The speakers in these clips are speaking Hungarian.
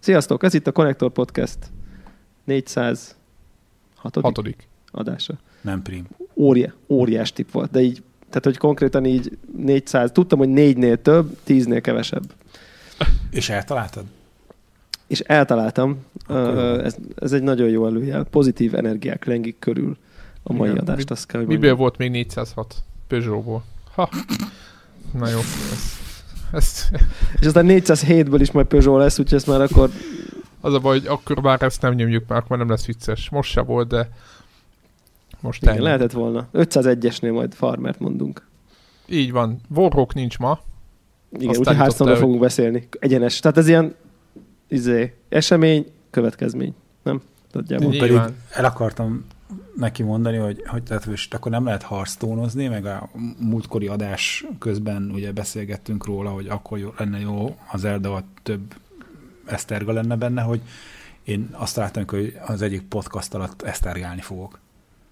Sziasztok, ez itt a Konnektor Podcast 406. adása. Nem prim. Óriás tipp volt, de így, tehát hogy konkrétan így 400, tudtam, hogy 4-nél több, 10-nél kevesebb. És eltaláltad? És eltaláltam. Ez egy nagyon jó előjel. Pozitív energiák lengik körül a mai adást. Azt kell, miből volt még 406? Peugeotból. Ha. Na jó. És aztán 407-ből is majd Peugeot lesz, úgyhogy ezt már akkor... Az a baj, hogy akkor már ezt nem nyomjuk, már akkor nem lesz vicces. Most se volt, de most igen, lehetett volna. 501-esnél majd farmert mondunk. Így van. Warhawk nincs ma. Igen, úgyhogy Hearthstone-ról fogunk beszélni. Egyenes. Tehát ez ilyen esemény, következmény. Nem? Pedig el akartam neki mondani, hogy tehát most akkor nem lehet Hearthstone-ozni, meg a múltkori adás közben ugye beszélgettünk róla, hogy akkor lenne jó az Zelda, több eszterga lenne benne, hogy én azt láttam, hogy az egyik podcast alatt esztergálni fogok.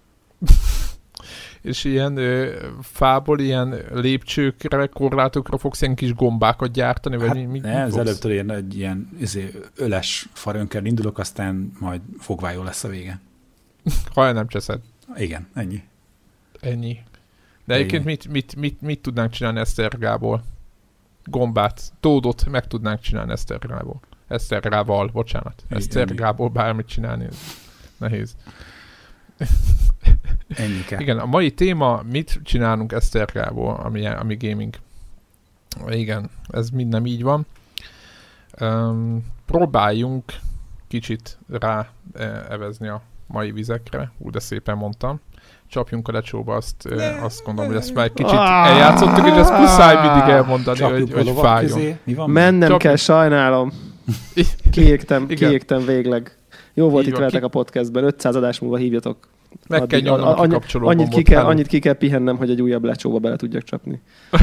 És ilyen fából, ilyen lépcsőkre, korlátokra fogsz ilyen kis gombákat gyártani? Vagy hát mi nem, az előbbtől ilyen öles farönkel indulok, aztán majd fogvájó lesz a vége. Ha nem cseszed. Igen, ennyi. De egyébként mit tudnánk csinálni esztergából? Gombát, tódot meg tudnánk csinálni esztergával, bocsánat. Esztergából bármit csinálni, nehéz. Ennyi kell. Igen, a mai téma, mit csinálunk esztergából, ami gaming. Igen, ez mind így van. Próbáljunk kicsit rá evezni a mai vizekre, úgy de szépen mondtam. Csapjunk a lecsóba, azt gondolom, hogy ezt már egy kicsit eljátszottuk, és ezt muszáj mindig elmondani, hogy fájjon. Mennem kell, sajnálom. Kiégtem végleg. Jó volt itt veletek a podcastben, 500 adás múlva hívjatok. Meg kell nyomnom a kikapcsolóban. Annyit ki kell pihennem, hogy egy újabb lecsóba bele tudjak csapni.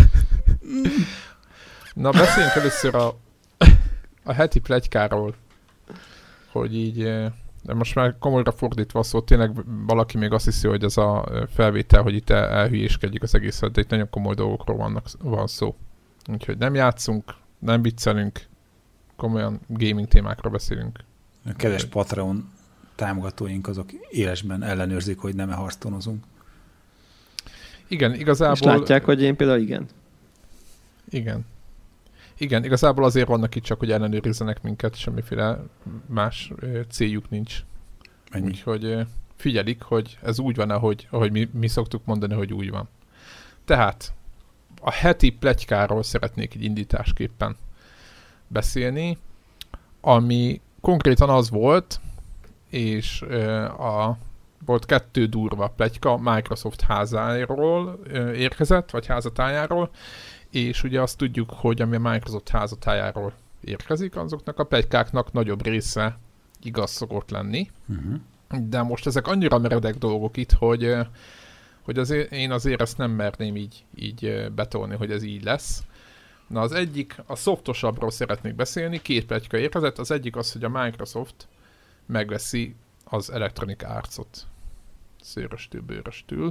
Na, beszéljünk először a heti pletykáról, hogy így, de most már komolyra fordítva szó, tényleg valaki még azt hiszi, hogy ez a felvétel, hogy itt elhülyéskedjük az egészet, de itt nagyon komoly dolgokról van szó. Úgyhogy nem játszunk, nem viccelünk, komolyan gaming témákról beszélünk. A kedves Patreon támogatóink azok élesben ellenőrzik, hogy nem Hearthstone-ozunk. Igen, igazából... És látják, hogy én például igen. Igen, igazából azért vannak itt csak, hogy ellenőrizzenek minket, semmiféle más céljuk nincs. Ennyi. Úgyhogy figyelik, hogy ez úgy van, ahogy mi szoktuk mondani, hogy úgy van. Tehát a heti pletykáról szeretnék egy indításképpen beszélni, ami konkrétan az volt, és volt 2 durva pletyka Microsoft házáról érkezett, vagy házatájáról, és ugye azt tudjuk, hogy ami a Microsoft házatájáról érkezik, azoknak a pletykáknak nagyobb része igaz szokott lenni. Uh-huh. De most ezek annyira meredek dolgok itt, hogy én azért ezt nem merném így betolni, hogy ez így lesz. Na az egyik, a szoftosabbról szeretnék beszélni, 2 pletyka érkezett, az egyik az, hogy a Microsoft megveszi az Electronic Arts-ot szőröstül, bőröstül.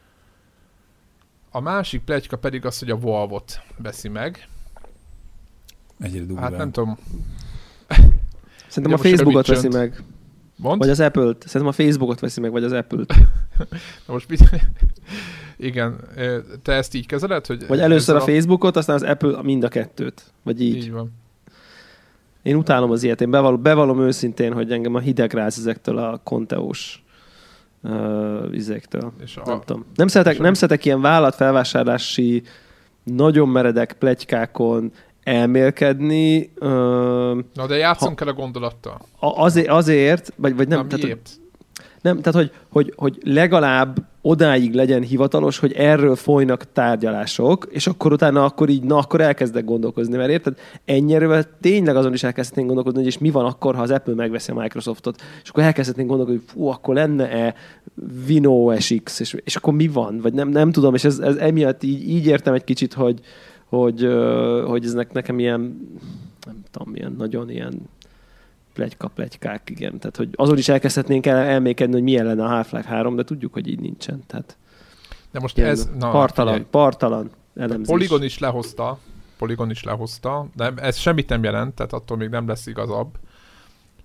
A másik pletyka pedig az, hogy a Valve-ot veszi meg. Egyre durván. Hát nem tudom. Szerintem a Facebookot veszi meg. Mond? Vagy az Apple-t. Szerintem a Facebookot veszi meg, vagy az Apple-t. Na most igen, te ezt így kezeled? Hogy vagy először a Facebookot, aztán az Apple mind a kettőt. Vagy így. Így van. Én utálom az ilyet. Én bevallom őszintén, hogy engem a hideg ráz ezektől a konteós izéktől. Nem tudom. Nem szeretek ilyen vállalatfelvásárlási, nagyon meredek pletykákon elmélkedni. Na de játszunk el a gondolattal. Azért, vagy nem. Tehát, hogy legalább odáig legyen hivatalos, hogy erről folynak tárgyalások, és akkor utána akkor elkezdek gondolkozni, mert érted? Ennyire tényleg azon is elkezdhetnénk gondolkozni, hogy és mi van akkor, ha az Apple megveszi a Microsoftot, és akkor elkezdhetnénk gondolkozni, hogy akkor lenne-e WinOS X, és akkor mi van? Vagy nem tudom, és ez emiatt így értem egy kicsit, hogy ez nekem ilyen, nem tudom, ilyen nagyon ilyen pletykák, igen. Tehát, hogy azon is elkezdhetnénk elmékedni, hogy milyen lenne a Half-Life 3, de tudjuk, hogy így nincsen. Tehát de most ez... Partalan elemzés. Polygon is lehozta, de ez semmit nem jelent, tehát attól még nem lesz igazabb.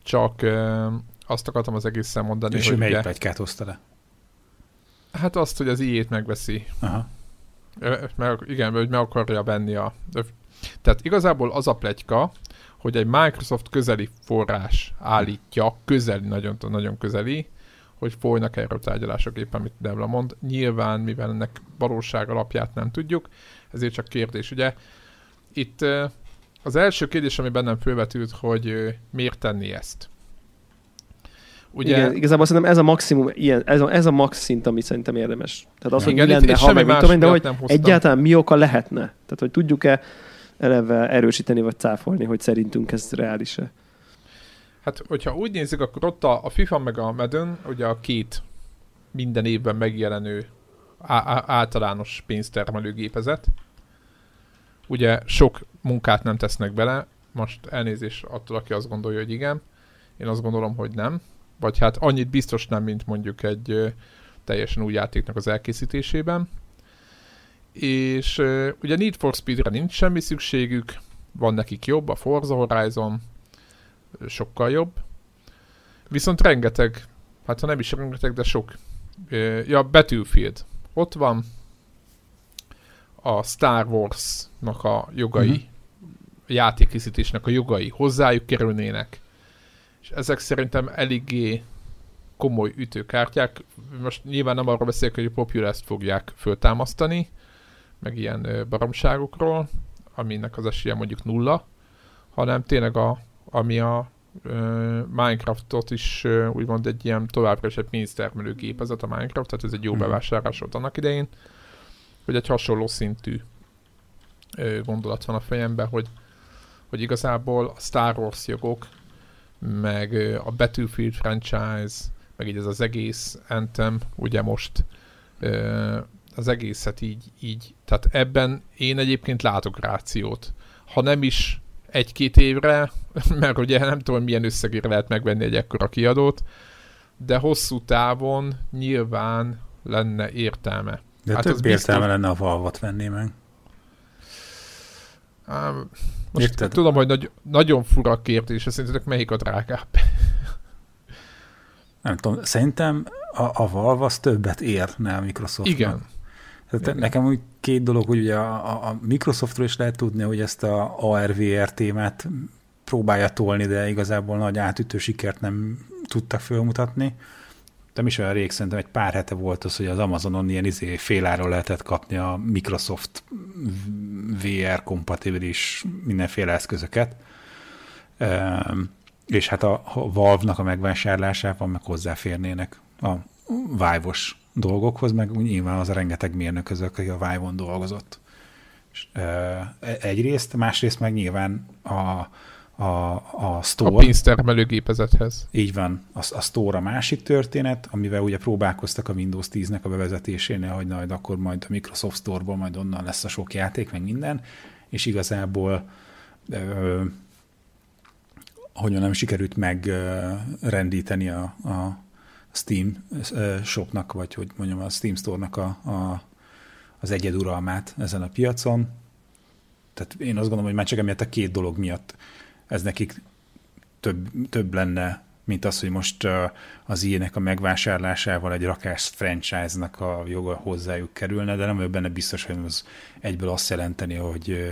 csak azt akartam az egészen mondani, és hogy... És melyik pletykát hozta le? Hát azt, hogy az EA-t megveszi. Aha. Igen, hogy meg akarja venni a... Tehát igazából az a pletyka, hogy egy Microsoft közeli forrás állítja, nagyon, nagyon közeli, hogy folynak erről tárgyalások, éppen mit Devla mond. Nyilván, mivel ennek valóság alapját nem tudjuk, ezért csak kérdés. Ugye itt az első kérdés, ami bennem fölvetült, hogy miért tenni ezt? Ugye, igen, igazából szerintem ez a maximum, ez a max szint, ami szerintem érdemes. Tehát az, igen, hogy mi lenne, ha meg tudom, de hogy egyáltalán mi oka lehetne. Tehát, hogy tudjuk-e eleve erősíteni, vagy cáfolni, hogy szerintünk ez reális-e. Hát, hogyha úgy nézzük, akkor ott a FIFA meg a Madden, ugye a két minden évben megjelenő általános pénztermelő gépezet. Ugye sok munkát nem tesznek bele, most elnézés attól, aki azt gondolja, hogy igen. Én azt gondolom, hogy nem. Vagy hát annyit biztos nem, mint mondjuk egy teljesen új játéknak az elkészítésében. És ugye Need for Speedre nincs semmi szükségük, van nekik jobb, a Forza Horizon sokkal jobb. Viszont rengeteg, hát ha nem is rengeteg, de sok. Battlefield. Ott van a Star Wars-nak a jogai, játékkészítésnek a jogai hozzájuk kerülnének. És ezek szerintem eléggé komoly ütőkártyák. Most nyilván nem arról beszélek, hogy a Populous-t fogják föltámasztani, meg ilyen baromságokról, aminek az esélye mondjuk 0, hanem tényleg ami a Minecraftot is úgymond egy ilyen továbbra is egy pénztermelő gépezet a Minecraft, tehát ez egy jó bevásárlás volt annak idején, hogy egy hasonló szintű gondolat van a fejemben, hogy igazából a Star Wars jogok, meg a Battlefield franchise, meg így ez az egész Anthem, ugye most az egészet így, tehát ebben én egyébként látok rációt. Ha nem is 1-2 évre, mert ugye nem tudom, milyen összegére lehet megvenni egy ekkora kiadót, de hosszú távon nyilván lenne értelme. De hát több értelme lenne, a Valve-ot venni meg. Most tudom, hogy nagyon fura kérdés, szerintetek melyik a drágább? Nem tudom, szerintem a Valve az többet érne a Microsoftnak. Igen. Tehát nekem úgy két dolog, hogy ugye a Microsoftról is lehet tudni, hogy ezt a ARVR témát próbálja tolni, de igazából nagy átütő sikert nem tudtak fölmutatni. Nem is olyan rég, szerintem egy pár hete volt az, hogy az Amazonon ilyen féláron lehetett kapni a Microsoft VR kompatibilis mindenféle eszközöket. És hát a Valve-nak a megvásárlásában meg hozzáférnének a Vive-os dolgokhoz, meg nyilván az a rengeteg mérnöközök, aki a Vive-on dolgozott. És, egyrészt, másrészt meg nyilván a Store. A pénztermelő gépezethez. Így van. A Store a másik történet, amivel ugye próbálkoztak a Windows 10-nek a bevezetésénél, hogy akkor majd a Microsoft Store-ból majd onnan lesz a sok játék, meg minden, és igazából hogyan nem sikerült megrendíteni a Steam shopnak, vagy hogy mondjam, a Steam Store-nak az egyeduralmát ezen a piacon. Tehát én azt gondolom, hogy már csak emiatt a két dolog miatt ez nekik több lenne, mint az, hogy most az ilyenek a megvásárlásával egy rakás franchise-nak a joga hozzájuk kerülne, de nem vagyok benne biztos, hogy az egyből azt jelenteni, hogy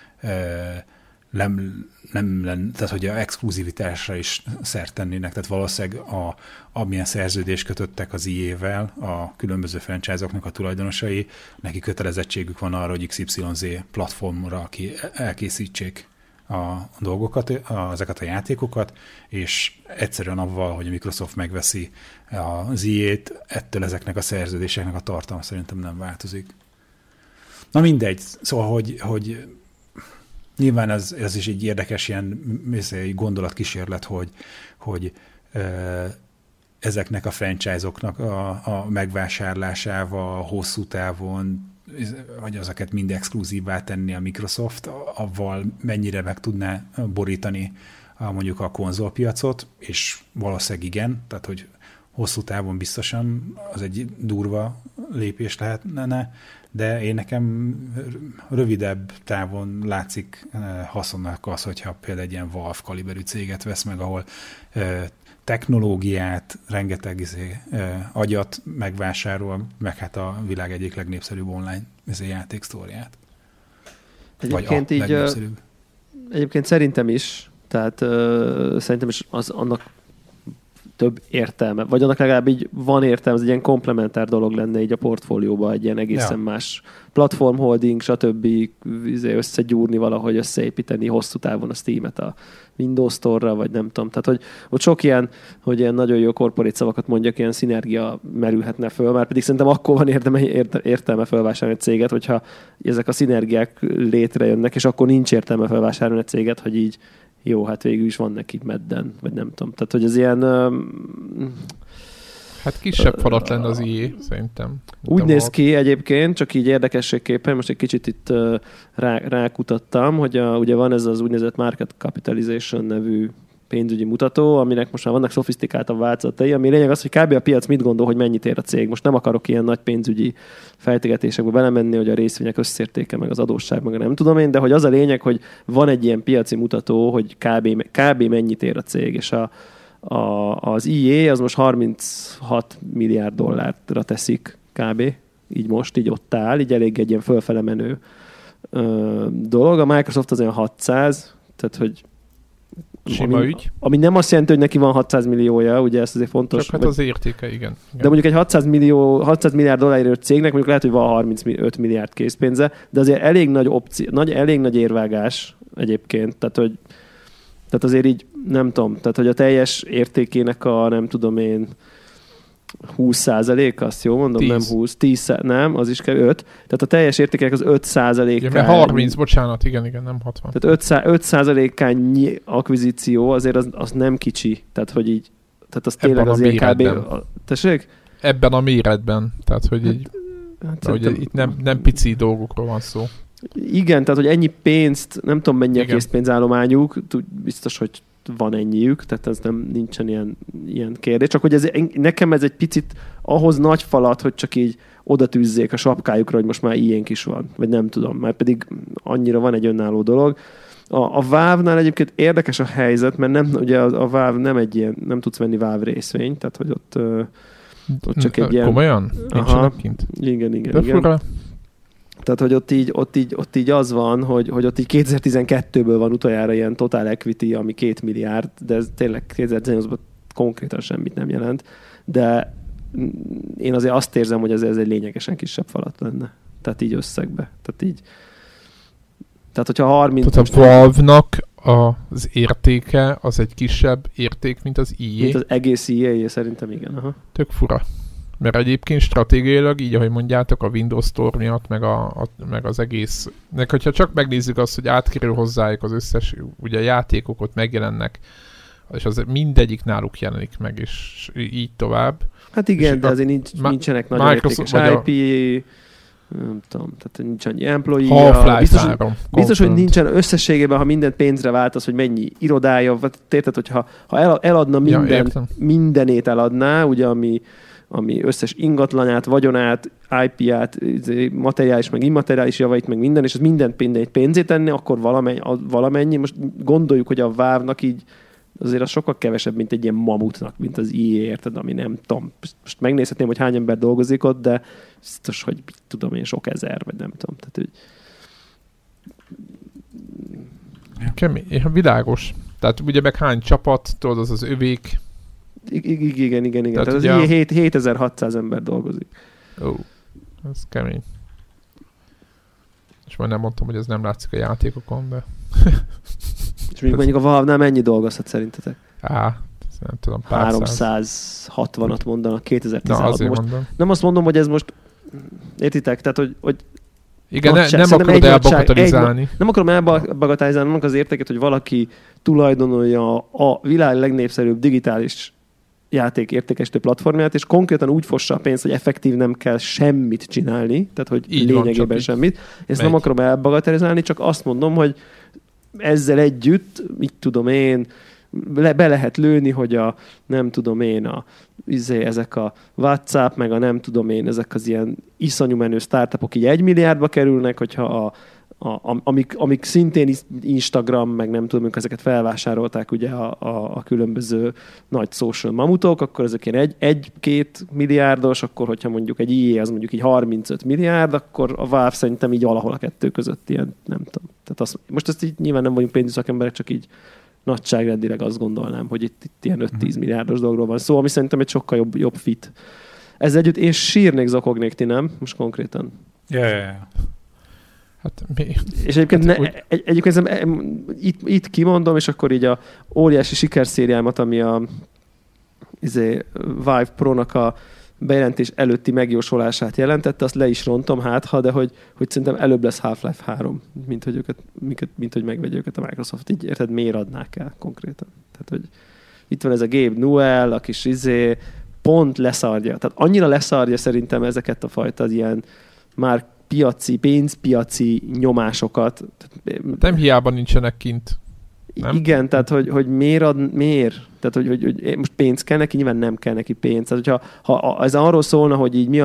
nem tehát hogy a exkluzivitásra is szert tennének, tehát valószínűleg amilyen szerződést kötöttek az EA-vel, a különböző franchise-oknak a tulajdonosai, neki kötelezettségük van arra, hogy XYZ platformra elkészítsék a dolgokat, ezeket a játékokat, és egyszerűen avval, hogy a Microsoft megveszi az EA-t, ettől ezeknek a szerződéseknek a tartalma szerintem nem változik. Na mindegy, szóval, hogy nyilván ez is egy érdekes ilyen gondolatkísérlet, hogy ezeknek a franchise-oknak a megvásárlásával hosszú távon, vagy azokat mind exkluzívvá tenni a Microsoft, avval mennyire meg tudná borítani mondjuk a konzolpiacot, és valószínűleg igen, tehát hogy hosszú távon biztosan az egy durva lépés lehetne, de én nekem rövidebb távon látszik haszonnak az, hogyha például egy ilyen Valve kaliberű céget vesz meg, ahol technológiát, rengeteg agyat megvásárol, meg hát a világ egyik legnépszerűbb online játék sztóriát. Egyébként így, egyébként szerintem is, tehát szerintem is annak több értelme, vagy annak legalább így van értelme, ez egy ilyen komplementár dolog lenne így a portfólióban, egy ilyen egészen más platformholding, stb. Összegyúrni valahogy, összeépíteni hosszú távon a Steam-et a Windows Store-ra, vagy nem tudom. Tehát, hogy ott sok ilyen, hogy ilyen nagyon jó corporate szavakat mondjak, ilyen szinergia merülhetne föl, már pedig szerintem akkor van értelme felvásárolni egy céget, hogyha ezek a szinergiák létrejönnek, és akkor nincs értelme felvásárolni egy céget, hogy így jó, hát végül is van neki medden, vagy nem tudom. Tehát, hogy ez ilyen... Hát kisebb falat lenne az IE, szerintem. Úgy néz ki egyébként, csak így érdekességképpen, most egy kicsit itt rákutattam, hogy ugye van ez az úgynevezett Market Capitalization nevű pénzügyi mutató, aminek most már vannak szofisztikáltabb változatai, ami lényeg az, hogy kb. A piac mit gondol, hogy mennyit ér a cég. Most nem akarok ilyen nagy pénzügyi fejtegetésekbe belemenni, hogy a részvények összértéke, meg az adósság, meg nem tudom én, de hogy az a lényeg, hogy van egy ilyen piaci mutató, hogy kb. Mennyit ér a cég, és az EA az most 36 milliárd dollárra teszik kb. Így most, így ott áll, így elég egy ilyen fölfele menő dolog. A Microsoft az olyan 600, tehát hogy sima ügy. Ami nem azt jelenti, hogy neki van 600 milliója, ugye ez azért fontos. Csak hát az értéke, igen. De mondjuk egy 600 milliárd dollárért cégnek mondjuk lehet, hogy van 35 milliárd készpénze, de azért elég nagy elég nagy érvágás egyébként, tehát azért így nem tudom, tehát hogy a teljes értékének a nem tudom én 20%, azt jól mondom, 10. nem 20, 10, nem, az is kell 5. Tehát a teljes értékének az 5%-án... Igen, mert 30, bocsánat, igen, nem 60. Tehát 5%-ányi akvizíció azért az nem kicsi, tehát hogy így, tehát az tényleg az ilyen kb. Tessék? Ebben a méretben, tehát hogy így, hogy itt nem pici dolgokról van szó. Igen, tehát hogy ennyi pénzt, nem tudom mennyi a készpénzállományuk, biztos, hogy van ennyiük, tehát ez nem nincsen ilyen kérdés. Csak hogy nekem ez egy picit ahhoz nagy falat, hogy csak így oda tűzzék a sapkájukra, hogy most már ilyenk is van. Vagy nem tudom, mert pedig annyira van egy önálló dolog. A Valve-nál egyébként érdekes a helyzet, mert nem, ugye a Valve nem egy ilyen, nem tudsz venni Valve részvényt, tehát hogy ott csak egy ilyen... Komolyan? Nincsenek kint? Igen. Fura. Tehát, hogy ott így az van, hogy ott így 2012-ből van utoljára ilyen total equity, ami 2 milliárd, de ez tényleg 2018-ban konkrétan semmit nem jelent. De én azért azt érzem, hogy ez egy lényegesen kisebb falat lenne. Tehát így összegbe. Tehát hogyha 30... Tehát a Valve-nak az értéke az egy kisebb érték, mint az EA? Mint az egész EA, szerintem igen. Aha. Tök fura. Mert egyébként stratégiailag, így ahogy mondjátok, a Windows Store miatt, meg az egész... Hogyha csak megnézzük azt, hogy átkerül hozzájuk az összes ugye játékok, ott megjelennek, és az mindegyik náluk jelenik meg, és így tovább. Hát igen, de azért nincsenek nagyon értékes IP, nem tudom, tehát nincs annyi employee. Biztos, hogy nincsen összességében, ha mindent pénzre váltasz, hogy mennyi irodája, vagy érted, hogyha eladna mindenét eladná, ugye, ami összes ingatlanát, vagyonát, IP-át, materiális, meg immateriális javait, meg minden, és ez minden pénzét tenni, akkor valamennyi. Most gondoljuk, hogy a Valve-nak így azért az sokkal kevesebb, mint egy ilyen mamutnak, mint az EA, érted, ami nem tudom. Most megnézhetném, hogy hány ember dolgozik ott, de biztos, hogy tudom én, sok ezer, vagy nem tudom. Tehát, hogy... Kemény, világos. Tehát ugye meg hány csapat, tudod, az övék. Igen. Tehát az ilyen 7600 ember dolgozik. Ó, ez kemény. És már nem mondtam, hogy ez nem látszik a játékokon, de... És mondjuk a Valve-nál mennyi dolgozhat szerintetek? Nem tudom, 360-at mondanak 2016-ban. Na, azért mondom. Nem azt mondom, hogy ez most... Értitek? Tehát, hogy igen, nem akarod elbagatelizálni. Nem akarom elbagatelizálni annak az értéket, hogy valaki tulajdonolja a világ legnépszerűbb digitális játék értékesítő platformját, és konkrétan úgy fossa a pénzt, hogy effektív nem kell semmit csinálni, tehát hogy így lényegében van, semmit. Ezt nem akarom elbagatelizálni, csak azt mondom, hogy ezzel együtt, mit tudom én, be lehet lőni, hogy nem tudom én, ezek a WhatsApp, meg nem tudom én, ezek az ilyen iszonyú menő startupok így 1 milliárdba kerülnek, hogyha amik szintén Instagram, meg nem tudom, ezeket felvásárolták ugye a különböző nagy social mamutok, akkor ezek ilyen 1-2 milliárdos, akkor hogyha mondjuk egy IE az mondjuk így 35 milliárd, akkor a Valve szerintem így valahol a kettő között ilyen, nem tudom. Tehát most ezt így nyilván nem vagyunk pénzügyi szakemberek, csak így nagyságrendileg azt gondolnám, hogy itt ilyen 5-10 milliárdos dologról van szó, ami szerintem egy sokkal jobb fit. Ezzel együtt én sírnék, zokognék, ti nem? Most konkrétan. Yeah. Hát mi? És egyébként itt kimondom, és akkor így a óriási sikerszériámat, ami a Vive Pro-nak a bejelentés előtti megjósolását jelentette, azt le is rontom de hogy szerintem előbb lesz Half-Life 3, mint hogy megvegye őket a Microsoft. Így érted, miért adnák el konkrétan? Tehát, hogy itt van ez a Gabe Newell, a kis pont leszarja. Tehát annyira leszarja szerintem ezeket a fajta ilyen már pénzpiaci nyomásokat. Nem hiába nincsenek kint. Nem? Igen, tehát hogy miért? Tehát, hogy most pénz kell neki, nyilván nem kell neki pénz. Tehát, ha ez arról szólna, hogy így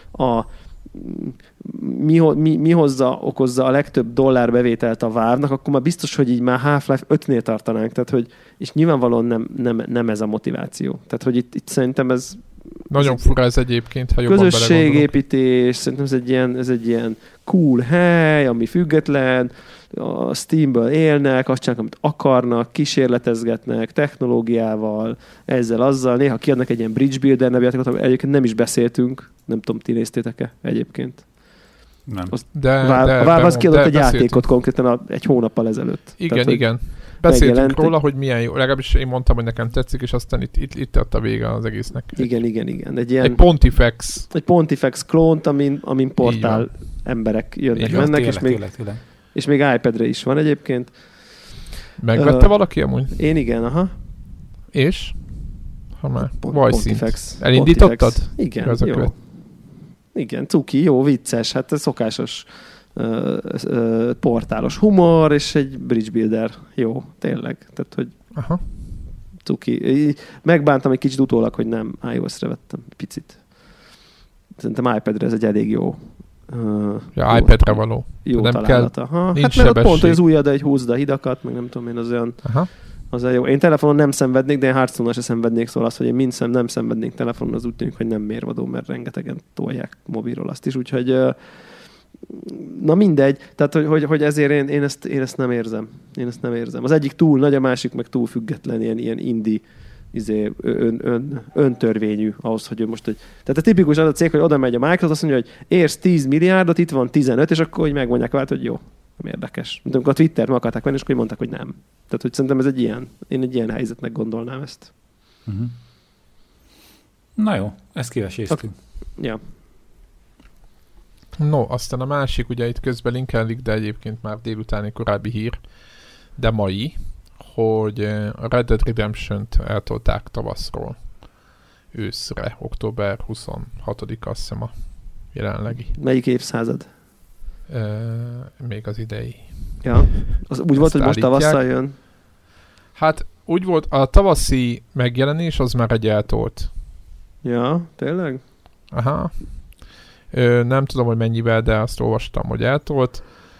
mi okozza a legtöbb dollár bevételt a Valve-nak, akkor már biztos, hogy így már Half-Life 5-nél tartanánk. Tehát, hogy, és nyilvánvalóan nem ez a motiváció. Tehát, hogy itt szerintem ez nagyon fura ez egyébként, ha jobban közösségépítés, szerintem ez egy ilyen cool hely, ami független, a Steamből élnek, azt csinálnak, amit akarnak, kísérletezgetnek technológiával, azzal. Néha kiadnak egy ilyen Bridge Builder nevű játékot, amit egyébként nem is beszéltünk. Nem tudom, ti néztétek-e egyébként? Nem. A Valve az kiadott egy játékot konkrétan egy hónappal ezelőtt. Igen. Beszéltünk róla, hogy milyen jó. Legalábbis én mondtam, hogy nekem tetszik, és aztán itt a vége az egésznek. Igen. Egy Pontifex. Egy Pontifex klónt, amin portál emberek jönnek-mennek, és még iPad-re is van egyébként. Megvette valaki amúgy? Én igen, aha. És? Ha már. Pontifex. Elindítottad? Igen, jó. Igen, cuki, jó, vicces, hát ez szokásos portálos humor, és egy bridge builder. Jó, tényleg. Tehát, hogy cuki. Megbántam egy kicsit utólag, hogy nem iOS-re vettem. Picit. Szerintem iPad-re ez egy elég jó iPad-re való. Jó nem találata. Hát meg pont, hogy az ujjad, egy húzd a hidakat, meg nem tudom én, az olyan jó. Én telefonon nem szenvednék, de én Hearthstone-nal se szenvednék, szóval az, hogy én nem szenvednék telefonon, az úgy tűnik, hogy nem mérvadó, mert rengetegen tolják mobilról azt is, úgyhogy na mindegy, tehát hogy ezért én ezt nem érzem. Én ezt nem érzem. Az egyik túl nagy, a másik meg túl független, ilyen indie öntörvényű ahhoz, hogy ő most tehát a tipikus az a cég, hogy oda megy a Microsoft, azt mondja, hogy érsz 10 milliárdot, itt van 15, és akkor hogy megmondják vált, hogy jó, nem érdekes. Mint amikor a Twitter meg akarták venni, és akkor mondták, hogy nem. Tehát, hogy szerintem ez én egy ilyen helyzetnek gondolnám ezt. Uh-huh. Na jó, ezt kiveséztük. Ja. No, aztán a másik, ugye itt közben linkelik, de egyébként már délutáni korábbi hír, de mai, hogy a Red Dead Redemption-t eltolták tavaszról őszre, október 26-a, azt hiszem a jelenlegi. Melyik évszázad? Még az idei. Ja, az úgy volt, hogy most tavasszal jön? Hát úgy volt, a tavaszi megjelenés az már egy eltolt. Ja, tényleg? Aha. Nem tudom, hogy mennyivel, de azt olvastam, hogy eltolt.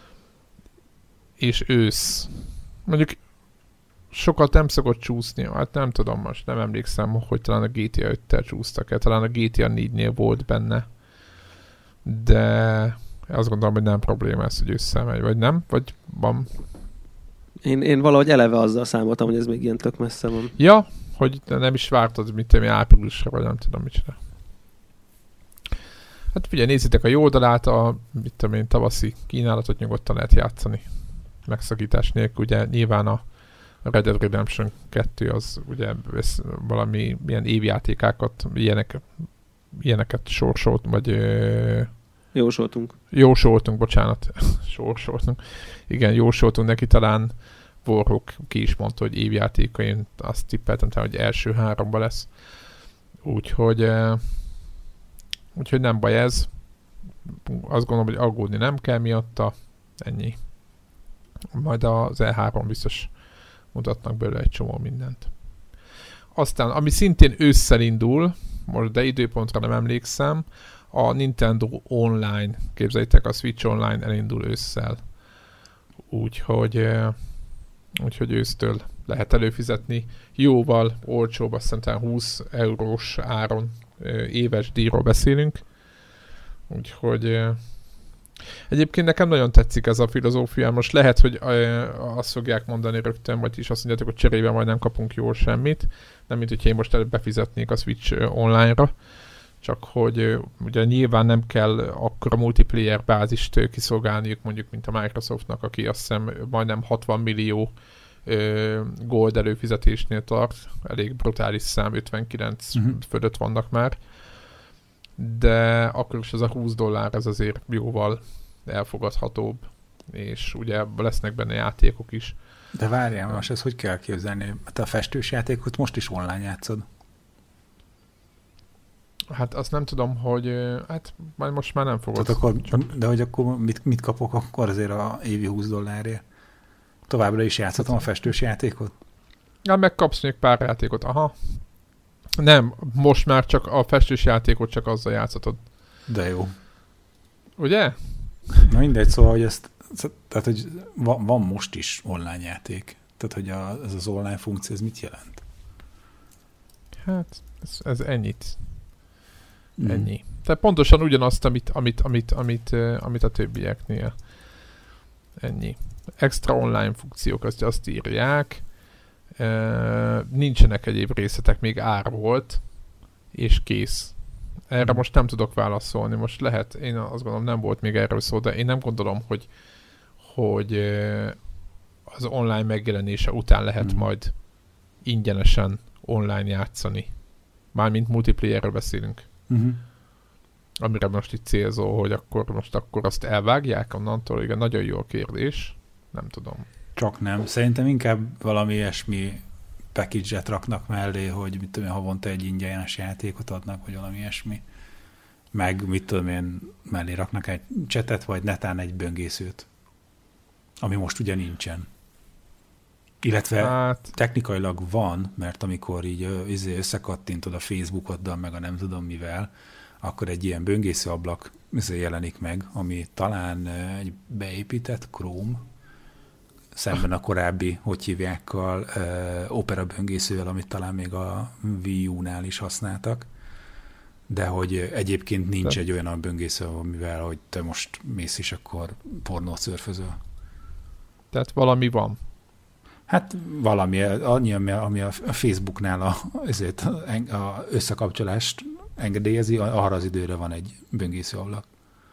És ősz. Mondjuk sokat nem szokott csúszni, hát nem tudom most, nem emlékszem, hogy talán a GTA 5-tel csúsztak el, talán a GTA 4-nél volt benne. De azt gondolom, hogy nem probléma ez, hogy összemegy, vagy nem? Vagy van? Én valahogy eleve azzal számoltam, hogy ez még ilyen tök messze van. Ja, hogy nem is vártad, mit tudom, áprilisra, vagy nem tudom, mit csinál. Hát ugye nézzétek a jó oldalát, mit tudom én, tavaszi kínálatot nyugodtan lehet játszani. Megszakítás nélkül, ugye nyilván a Red Dead Redemption 2 az ugye valami ilyen évjátékákat, ilyeneket sorsolt, vagy Jósoltunk, bocsánat. Sorsoltunk. Igen, jósoltunk neki, talán Warhawk ki is mondta, hogy évjátéka, én azt tippeltem, hogy első 3-ban lesz. Úgyhogy nem baj ez. Azt gondolom, hogy aggódni nem kell miatta. Ennyi. Majd az E3 biztos mutatnak belőle egy csomó mindent. Aztán, ami szintén ősszel indul, most de időpontra nem emlékszem, a Nintendo Online, képzeljétek, a Switch Online elindul ősszel. Úgyhogy ősztől lehet előfizetni. Jóval olcsóbb, azt hiszem 20 eurós áron éves díjról beszélünk. Úgyhogy egyébként nekem nagyon tetszik ez a filozófia. Most lehet, hogy azt fogják mondani rögtön, vagy is azt mondjátok, hogy cserébe majd nem kapunk jól semmit. Nem, mint hogyha én most előbb befizetnék a Switch online-ra. Csak hogy ugye nyilván nem kell akkora multiplayer bázist kiszolgálniuk, mondjuk, mint a Microsoftnak, aki azt hiszem majdnem 60 millió gold előfizetésnél tart. Elég brutális szám, 59 fölött vannak már. De akkor is ez a $20 ez azért jóval elfogadhatóbb, és ugye lesznek benne játékok is. De várjál, most ezt hogy kell képzelni? Te a festős játékot most is online játszod? Hát azt nem tudom, hogy hát majd most már nem fogod. Akkor, de hogy akkor mit kapok akkor azért a évi $20? Továbbra is játszhatom a festős játékot? Ja, megkapsz még pár játékot, aha. Nem, most már csak a festős játékot csak azzal játszhatod. De jó. Ugye? Na mindegy, szóval, hogy ezt, tehát, hogy van most is online játék. Tehát, hogy ez az online funkció, ez mit jelent? Hát, ez ennyit. Ennyi. Tehát pontosan ugyanazt, amit a többieknél. Ennyi. Extra online funkciók, azt írják. Nincsenek egyéb részletek, még ár volt, és kész. Erre most nem tudok válaszolni. Most lehet, én azt gondolom, nem volt még erről szó, de én nem gondolom, hogy az online megjelenése után lehet majd ingyenesen online játszani. Mármint multiplayerről beszélünk. Amire most itt célzó, hogy akkor azt elvágják onnantól. Igen, nagyon jó a kérdés. Nem tudom. Csak nem. Szerintem inkább valami ilyesmi package-et raknak mellé, hogy mit tudom én, havonta egy ingyenes játékot adnak, vagy valami ilyesmi. Meg mit tudom én, mellé raknak egy csetet, vagy netán egy böngészőt. Ami most ugye nincsen. Illetve technikailag van, mert amikor így összekattintod a Facebookoddal, meg a nem tudom mivel, akkor egy ilyen böngésző ablak jelenik meg, ami talán egy beépített Chrome, szemben a korábbi, hogy hívjákkal, Opera böngészővel, amit talán még a Wii U-nál is használtak, de hogy egyébként nincs egy olyan böngésző, amivel, hogy te most mész és akkor pornót szörfözöl. Tehát valami van. Hát valami, annyi, ami a Facebooknál a összekapcsolást engedélyezi, arra az időre van egy böngésző ablak.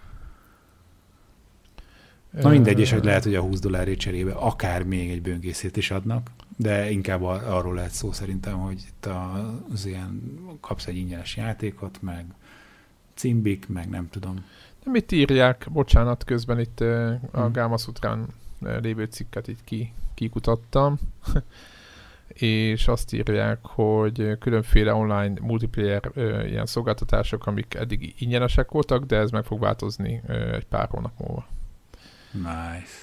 Na mindegy, és hogy lehet, hogy a $20 cserébe akár még egy böngészét is adnak, de inkább arról lehet szó szerintem, hogy itt az ilyen kapsz egy ingyenes játékot, meg cimbik, meg nem tudom. Nem itt írják, bocsánat, közben itt a Gamasutrán lévő cikket itt kikutattam, és azt írják, hogy különféle online multiplayer ilyen szolgáltatások, amik eddig ingyenesek voltak, de ez meg fog változni egy pár hónap múlva. Nice.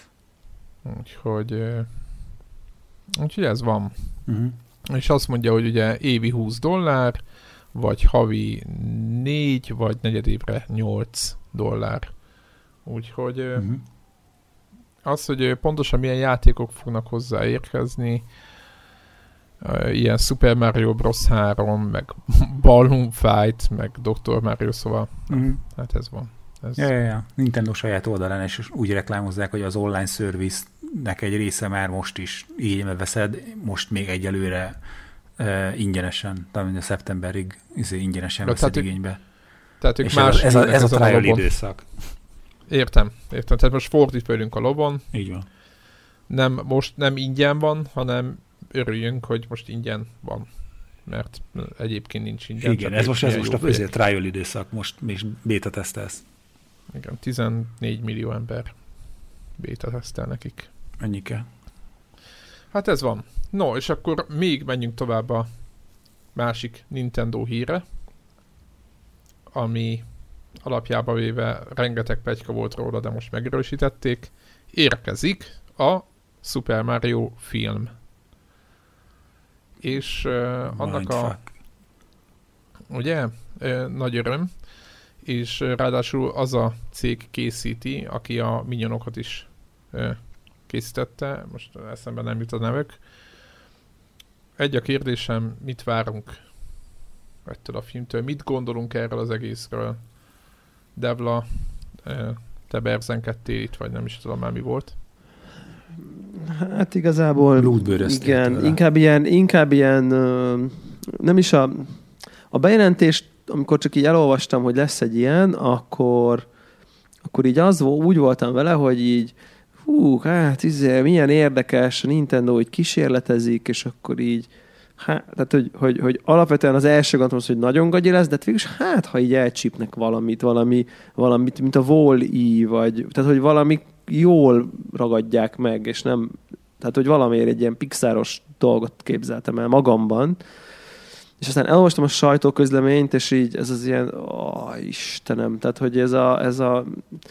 Úgyhogy ez van. És azt mondja, hogy ugye évi $20, vagy havi 4, vagy negyedévre $8. Úgyhogy az, hogy pontosan milyen játékok fognak hozzáérkezni, ilyen Super Mario Bros. 3, meg Balloon Fight, meg Dr. Mario, szóval hát ez van. Ja. Nintendo saját oldalán is úgy reklámozzák, hogy az online service-nek egy része már most is igénybe veszed, most még egyelőre ingyenesen, talán a szeptemberig ingyenesen veszed igénybe. Tehát ők és más ez a trial időszak. Értem. Tehát most fordítjuk a lobon. Így van. Most nem ingyen van, hanem örüljünk, hogy most ingyen van. Mert egyébként nincs ingyen. Igen, ez most a trial időszak, most még beta tesztelsz. Igen, 14 millió ember beta tesztel nekik. Ennyi kell. Hát ez van. No, és akkor még menjünk tovább a másik Nintendo híre, ami alapjában véve rengeteg pletyka volt róla, de most megerősítették. Érkezik a Super Mario film. És annak a... Ugye? Nagy öröm. És ráadásul az a cég készíti, aki a Minionokat is készítette. Most eszembe nem jut a nevük. Egy a kérdésem, mit várunk ettől a filmtől? Mit gondolunk erről az egészről? Devla, te berzenkedtél itt, vagy nem is tudom már mi volt. Hát igazából igen, inkább ilyen nem is a bejelentést, amikor csak így elolvastam, hogy lesz egy ilyen, akkor így úgy voltam vele, hogy így hát milyen érdekes, a Nintendo így kísérletezik, és akkor így tehát, hogy alapvetően az első gondolom, hogy nagyon gagyi lesz, de végülis ha így elcsípnek valamit, mint a Wall-E, vagy tehát, hogy valami jól ragadják meg, és nem, tehát, hogy valamiért egy ilyen pixáros dolgot képzeltem el magamban, és aztán elolvastam a sajtóközleményt, és így ez az ilyen, Istenem, tehát, hogy ez a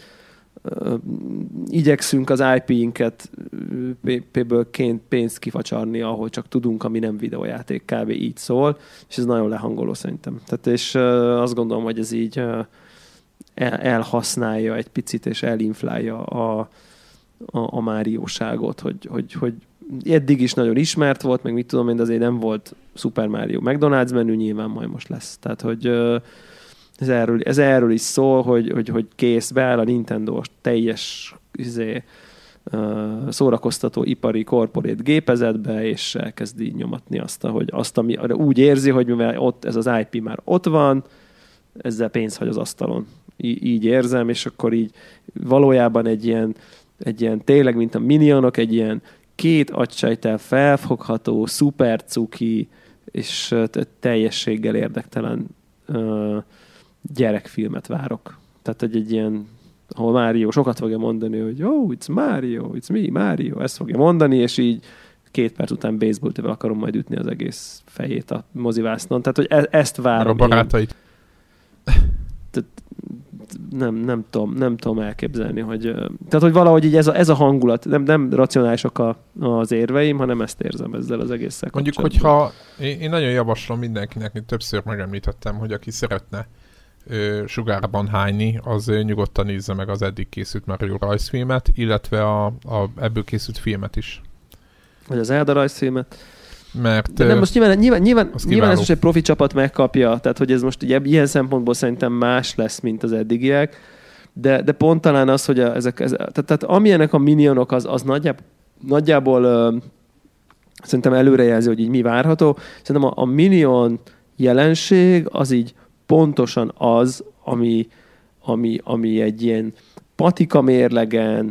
igyekszünk az IP-inket ből pénzt kifacsarni, ahol csak tudunk, ami nem videójáték, kb. Így szól, és ez nagyon lehangoló szerintem. Tehát, és azt gondolom, hogy ez így elhasználja egy picit, és elinflálja a Márióságot, hogy eddig is nagyon ismert volt, meg mit tudom én, de azért nem volt Super Mario McDonald's menü, nyilván majd most lesz. Tehát, hogy ez erről is szól, hogy kész, beáll a Nintendo teljes szórakoztató ipari korporét gépezetbe, és elkezd így nyomatni azt, ami úgy érzi, hogy mivel ott ez az IP már ott van, ezzel pénz hagy az asztalon. Így érzem, és akkor így valójában egy ilyen tényleg, mint a Minionok, egy ilyen két agysejttel felfogható, szuper cuki, és teljességgel érdektelen gyerekfilmet várok. Tehát, hogy egy ilyen, ahol Mario sokat fogja mondani, hogy it's Mario, it's me, Mario, ezt fogja mondani, és így 2 perc után baseballtővel akarom majd ütni az egész fejét a mozivásznon. Tehát, hogy ezt várom. A barátait. Nem tudom elképzelni, hogy... Tehát, hogy valahogy így ez a hangulat, nem racionálisak az érveim, hanem ezt érzem ezzel az egésszel kapcsolatban. Mondjuk, hogyha én nagyon javaslom mindenkinek, mint többször megemlítettem, hogy aki szeretne sugárban hányni, az nyugodtan nézze meg az eddig készült Mario rajzfilmet, illetve ebből készült filmet is. Vagy az Zelda rajzfilmet. Mert de nem, most nyilván ez most egy profi csapat megkapja, tehát hogy ez most ilyen szempontból szerintem más lesz, mint az eddigiek, de pont talán az, hogy tehát amilyenek a Minionok, az nagyjából szerintem előrejelzi, hogy így mi várható. Szerintem a Minion jelenség az így pontosan az, ami egy ilyen patika mérlegen,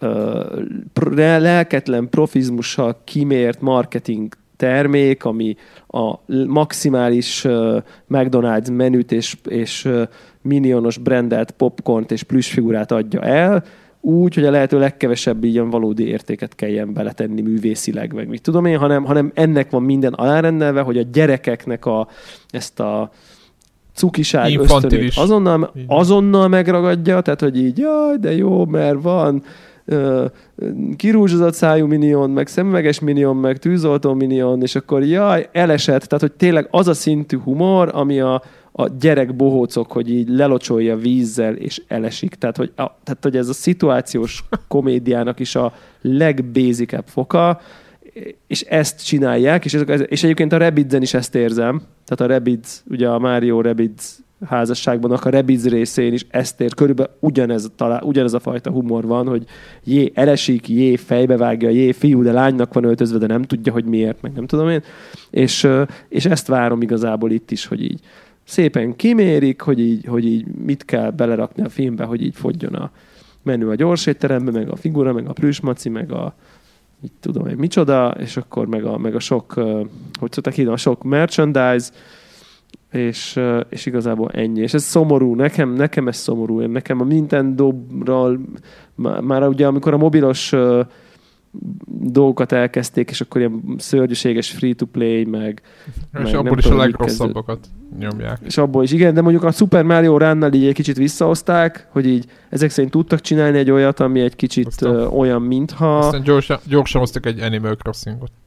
lelketlen profizmussal kimért marketing termék, ami a maximális McDonald's menüt és minionos brandelt popcornt és plüssfigurát adja el, úgy, hogy a lehető legkevesebb ilyen valódi értéket kelljen beletenni művészileg, meg mit tudom én, hanem ennek van minden alárendelve, hogy a gyerekeknek ezt a cukiság ösztönét azonnal megragadja, tehát hogy így, jaj, de jó, mert van kirúzsozott szájú minion, meg szemüveges minion, meg tűzoltó minion, és akkor jaj, elesett, tehát hogy tényleg az a szintű humor, ami a gyerek bohócok, hogy így lelocsolja vízzel, és elesik. Tehát, hogy ez a szituációs komédiának is a legbézikebb foka, és ezt csinálják, és egyébként a Rabbids-en is ezt érzem. Tehát a Rabbids, ugye a Mario Rabbids házasságban, a Rabbids részén is ezt ér, körülbelül ugyanez a fajta humor van, hogy elesik, fejbevágja, fiú, de lánynak van öltözve, de nem tudja, hogy miért, meg nem tudom én. És ezt várom igazából itt is, hogy így szépen kimérik, hogy így mit kell belerakni a filmbe, hogy így fogjon a menü a gyorsétterembe, meg a figura, meg a plüsmaci, meg a így tudom én micsoda, és akkor meg a sok, hogy szokták hívni, a sok merchandise, és igazából ennyi. És ez szomorú, nekem ez szomorú. Nekem a Nintendo-ral már ugye amikor a mobilos dolgokat elkezdték, és akkor ilyen szörnyűséges free-to-play, meg abból is a legrosszabbakat nyomják. És abból is, igen, de mondjuk a Super Mario Run-nal így egy kicsit visszahozták, hogy így ezek szerint tudtak csinálni egy olyat, ami egy kicsit olyan, mintha... Aztán gyorsan hoztak egy Animal Crossing-ot.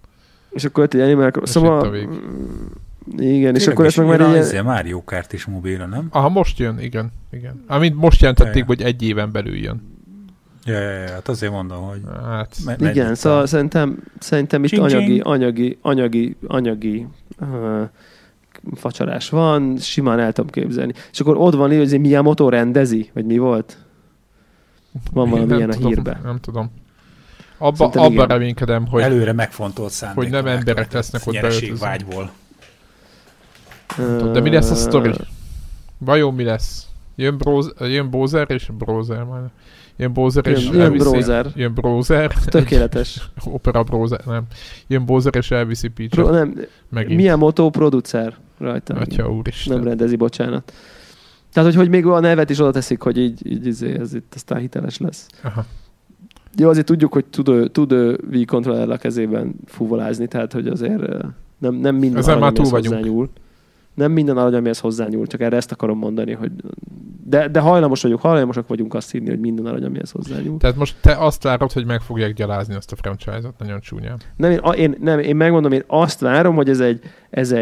És akkor egy Animal Crossing. Szóval... Igen, és akkor ezt meg már ilyen... Mario Kart is mobilra, nem? Aha, most jön, igen. Amint most jelentették, hogy egy éven belül jön. Ja, hát azért mondom, hogy... Hát, igen, szóval szerintem itt anyagi facsarás van, simán el tudom képzelni. És akkor ott van, hogy Miyamoto rendezi, vagy mi volt? Van valami ilyen a hírben. Nem tudom. Abban reménykedem, hogy... Előre megfontolt szándék. Hogy nem emberek lesznek ott nyereségvágyból. De mi lesz a sztori? Vajon mi lesz? Jön Bowser és Browser majd. Jön Bowser és Jön Browser. Tökéletes. Opera Browser, nem. Jön Bowser és elviszi Peach-et. Nem. Miyamoto producer rajta. Atya úristen. Nem rendezi, bocsánat. Tehát, hogy még a nevet is oda teszik, hogy így ez itt aztán hiteles lesz. Aha. Jó, azért tudjuk, hogy tud Wii controller a kezében fuvolázni, tehát, hogy azért nem minden arany, amihez hozzányúl. Nem minden arany, amihez hozzányúl, csak erre ezt akarom mondani, hogy de hajlamosak vagyunk azt hinni, hogy minden arany, amihez hozzányúl. Tehát most te azt várod, hogy meg fogják gyalázni azt a franchise-ot, nagyon csúnyán. Én megmondom, én azt várom, hogy ez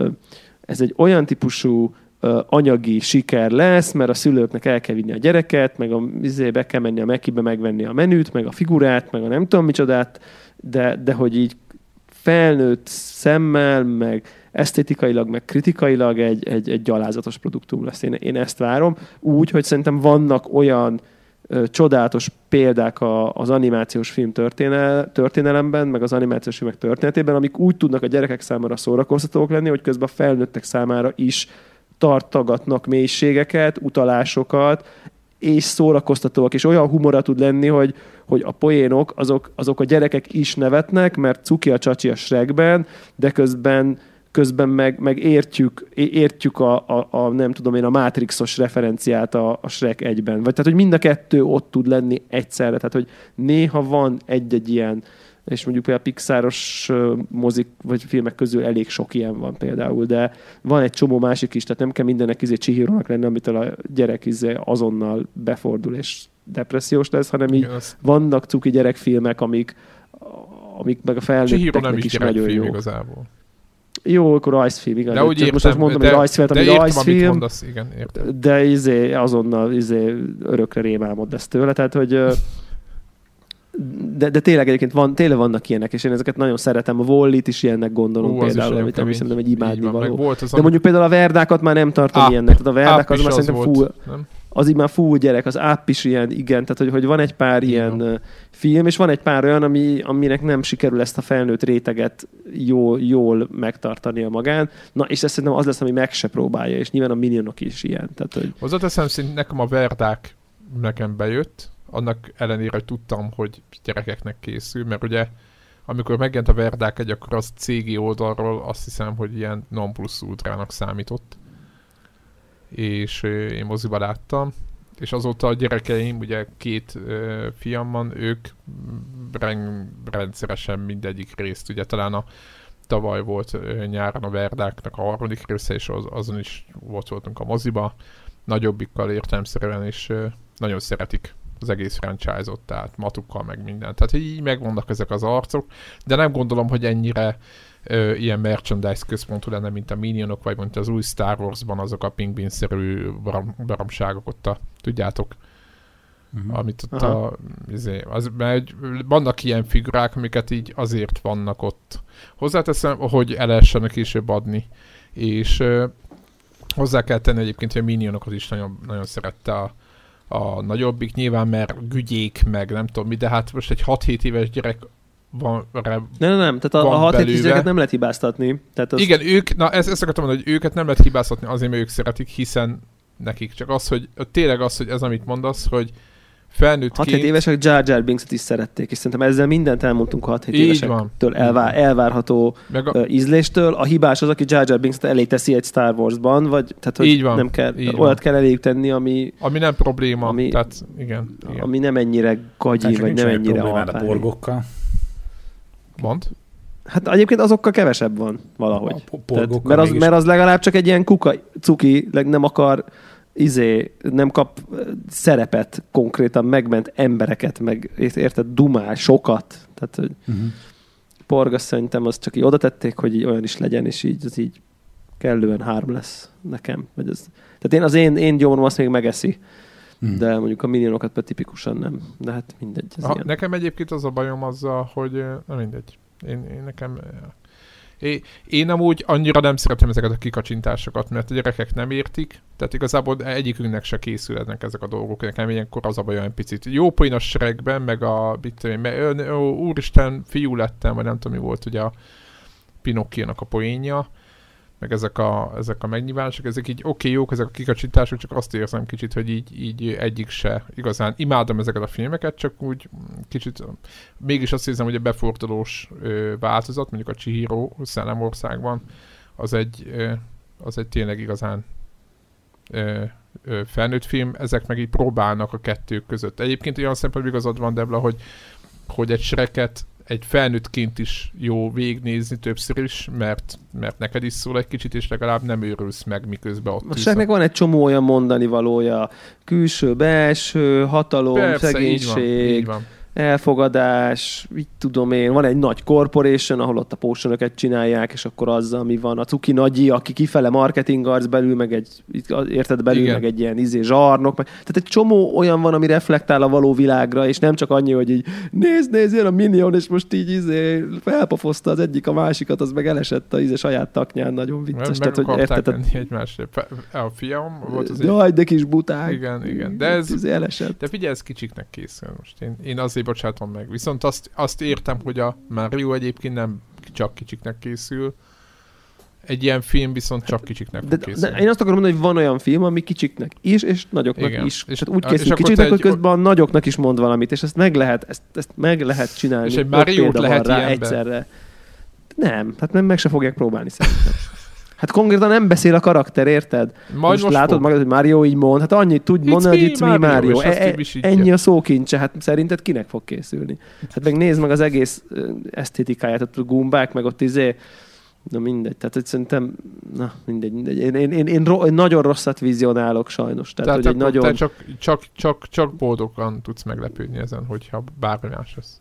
egy olyan típusú anyagi siker lesz, mert a szülőknek el kell vinni a gyereket, meg be kell menni a Mac-be megvenni a menüt, meg a figurát, meg a nem tudom micsodát, de hogy így felnőtt szemmel, meg esztétikailag, meg kritikailag egy gyalázatos produktum lesz. Én ezt várom. Úgy, hogy szerintem vannak olyan csodálatos példák az animációs film történelemben, meg az animációs filmek történetében, amik úgy tudnak a gyerekek számára szórakoztatók lenni, hogy közben a felnőttek számára is tartogatnak mélységeket, utalásokat, és szórakoztatóak, és olyan humora tud lenni, hogy a poénok, azok a gyerekek is nevetnek, mert cuki a csacsi a Shrekben, de közben meg értjük a nem tudom én, a Matrixos referenciát a Shrek 1-ben. Vagy tehát, hogy mind a kettő ott tud lenni egyszerre. Tehát, hogy néha van egy-egy ilyen, és mondjuk például a Pixaros mozik vagy filmek közül elég sok ilyen van például, de van egy csomó másik is, tehát nem kell mindennek Chihiro-nak lenni, amitől a gyerek azonnal befordul és depressziós lesz, hanem így vannak cuki gyerekfilmek, amik meg a felnőtteknek is nagyon jó. Igazából. Jó, akkor rajzfilm, igaz. De úgy értem, most azt mondom, hogy rajzfilm, ami rajzfilm, mondasz, igen, értem. De azonnal örökre rémálmod lesz tőle, tehát hogy de tényleg egyébként tényleg vannak ilyenek, és én ezeket nagyon szeretem. A Wall-E-t is ilyennek gondolom például, amit nem hiszem, egy imádnivaló. De mondjuk például a Verdákat már nem tartom ilyennek. Tehát a Verdák az már szerintem az így már full gyerek, az App is ilyen, igen, tehát hogy van egy pár ilyen film, és van egy pár olyan, aminek nem sikerül ezt a felnőtt réteget jól megtartania magán. Na, és ez szerintem az lesz, ami meg se próbálja, és nyilván a Minionok is ilyen. Tehát, hogy... Hozzáteszem, szerint nekem a Verdák nekem bejött, annak ellenére, hogy tudtam, hogy gyerekeknek készül, mert ugye amikor megjelent a Verdák egy, akkor az CG oldalról azt hiszem, hogy ilyen non plus ultrának számított. És én moziba láttam, és azóta a gyerekeim, ugye 2 fiam van, ők rendszeresen mindegyik részt, ugye talán tavaly volt nyáron a Verdáknak a 3. része, és azon is voltunk a moziba, nagyobbikkal értelemszerűen, és nagyon szeretik az egész franchise-ot, tehát matukkal meg mindent. Tehát így megvannak ezek az arcok, de nem gondolom, hogy ennyire ilyen merchandise központú lenne, mint a Minionok, vagy mint az új Star Wars-ban azok a pingvin-szerű baromságok ott tudjátok, amit ott mert vannak ilyen figurák, amiket így azért vannak ott. Hozzáteszem, hogy el lehessenek később adni, és hozzá kell tenni egyébként, hogy a Minionokat is nagyon, nagyon szerette a nagyobbik, nyilván mert gügyék, meg nem tudom mi, de hát most egy 6-7 éves gyerek van nem, tehát a 6-7 éveseket nem lehet hibáztatni. Tehát az... Igen, ezt akartam mondani, hogy őket nem lehet hibáztatni azért, mert ők szeretik, hiszen nekik csak az, hogy tényleg az, hogy ez, amit mondasz, hogy felnőttként... 6-7 évesek Jar Jar Binks-et is szerették, és szerintem ezzel mindent elmondtunk a 6-7 évesektől elvárható ízléstől. A hibás az, aki Jar Jar Binks-et elé teszi egy Star Wars-ban, vagy tehát, hogy nem kell, olyat kell elég tenni, ami nem probléma, tehát igen. Ami nem ennyire gagyi, vagy nem ennyire alpári. A porgokkal. Mond? Hát egyébként azokkal kevesebb van valahogy. Mert az legalább csak egy ilyen cuki, nem akar nem kap szerepet konkrétan, megment embereket, meg érted, dumál sokat. Tehát, hogy porga szerintem azt csak így oda tették, hogy így olyan is legyen, és így az így kellően harm lesz nekem. Vagy ez. Tehát én gyomrom azt még megeszi, de mondjuk a minionokat tipikusan nem. De hát mindegy. Ez ilyen. Nekem egyébként az a bajom azzal, hogy mindegy. Én amúgy annyira nem szeretem ezeket a kikacsintásokat, mert a gyerekek nem értik, tehát igazából egyikünknek se készülhetnek ezek a dolgok. Nekem ilyenkor az a baj olyan picit. Jó poén a Shrekben, meg úristen, fiú lettem, vagy nem tudom mi volt ugye a Pinocchio-nak a poénja, meg ezek a megnyilvánulások, ezek így jók ezek a kikacsintások, csak azt érzem kicsit, hogy így egyik se igazán. Imádom ezeket a filmeket, csak úgy kicsit mégis azt érzem, hogy a befordulós változat, mondjuk a Chihiro Szellemországban, az egy tényleg igazán felnőtt film, ezek meg így próbálnak a kettők között. Egyébként olyan szempontból igazad van, Debla, hogy egy Shreket egy felnőttként is jó végignézni többször is, mert neked is szól egy kicsit, és legalább nem őrülsz meg, miközben ott a Shreknek van egy csomó olyan mondani valója. Külső, belső, hatalom, persze, szegénység, így van. Elfogadás, így tudom én, van egy nagy corporation, ahol ott a potionokat csinálják, és akkor azzal mi van. A cuki nagyi, aki kifele marketing arc belül, meg belül, meg egy ilyen zsarnok. Tehát egy csomó olyan van, ami reflektál a való világra, és nem csak annyi, hogy így nézd, jön a Minion, és most így felpofozta az egyik a másikat, az meg elesett a saját taknyán, nagyon vicces. Meg akarták egymásra. A fiam volt az jaj, de kis buták. Igen. De ez elesett. De figyelj, ez kicsiknek készül most. Én azért bocsátom meg. Viszont azt értem, hogy a Mario egyébként nem csak kicsiknek készül. Egy ilyen film viszont csak kicsiknek fog készülni. De én azt akarom mondani, hogy van olyan film, ami kicsiknek is, és nagyoknak is. És úgy készül kicsiknek, hogy közben a nagyoknak is mond valamit, és ezt meg lehet csinálni. És egy Mario-t lehet ilyenben. Egyszerre. Nem, hát meg se fogják próbálni szerintem. Hát konkrétan nem beszél a karakter, érted? Most látod magad, hogy Mario így mond, hát annyit tud mondani, hogy it's me Mario. Ennyi a szókincse, hát szerinted kinek fog készülni? Hát meg nézd meg az egész esztétikáját, ott a gumbák, meg ott na mindegy, tehát hogy szerintem, na mindegy. Én nagyon rosszat vizionálok sajnos. Tehát hogy nagyon... csak boldogan tudsz meglepődni ezen, hogyha bármi más lesz.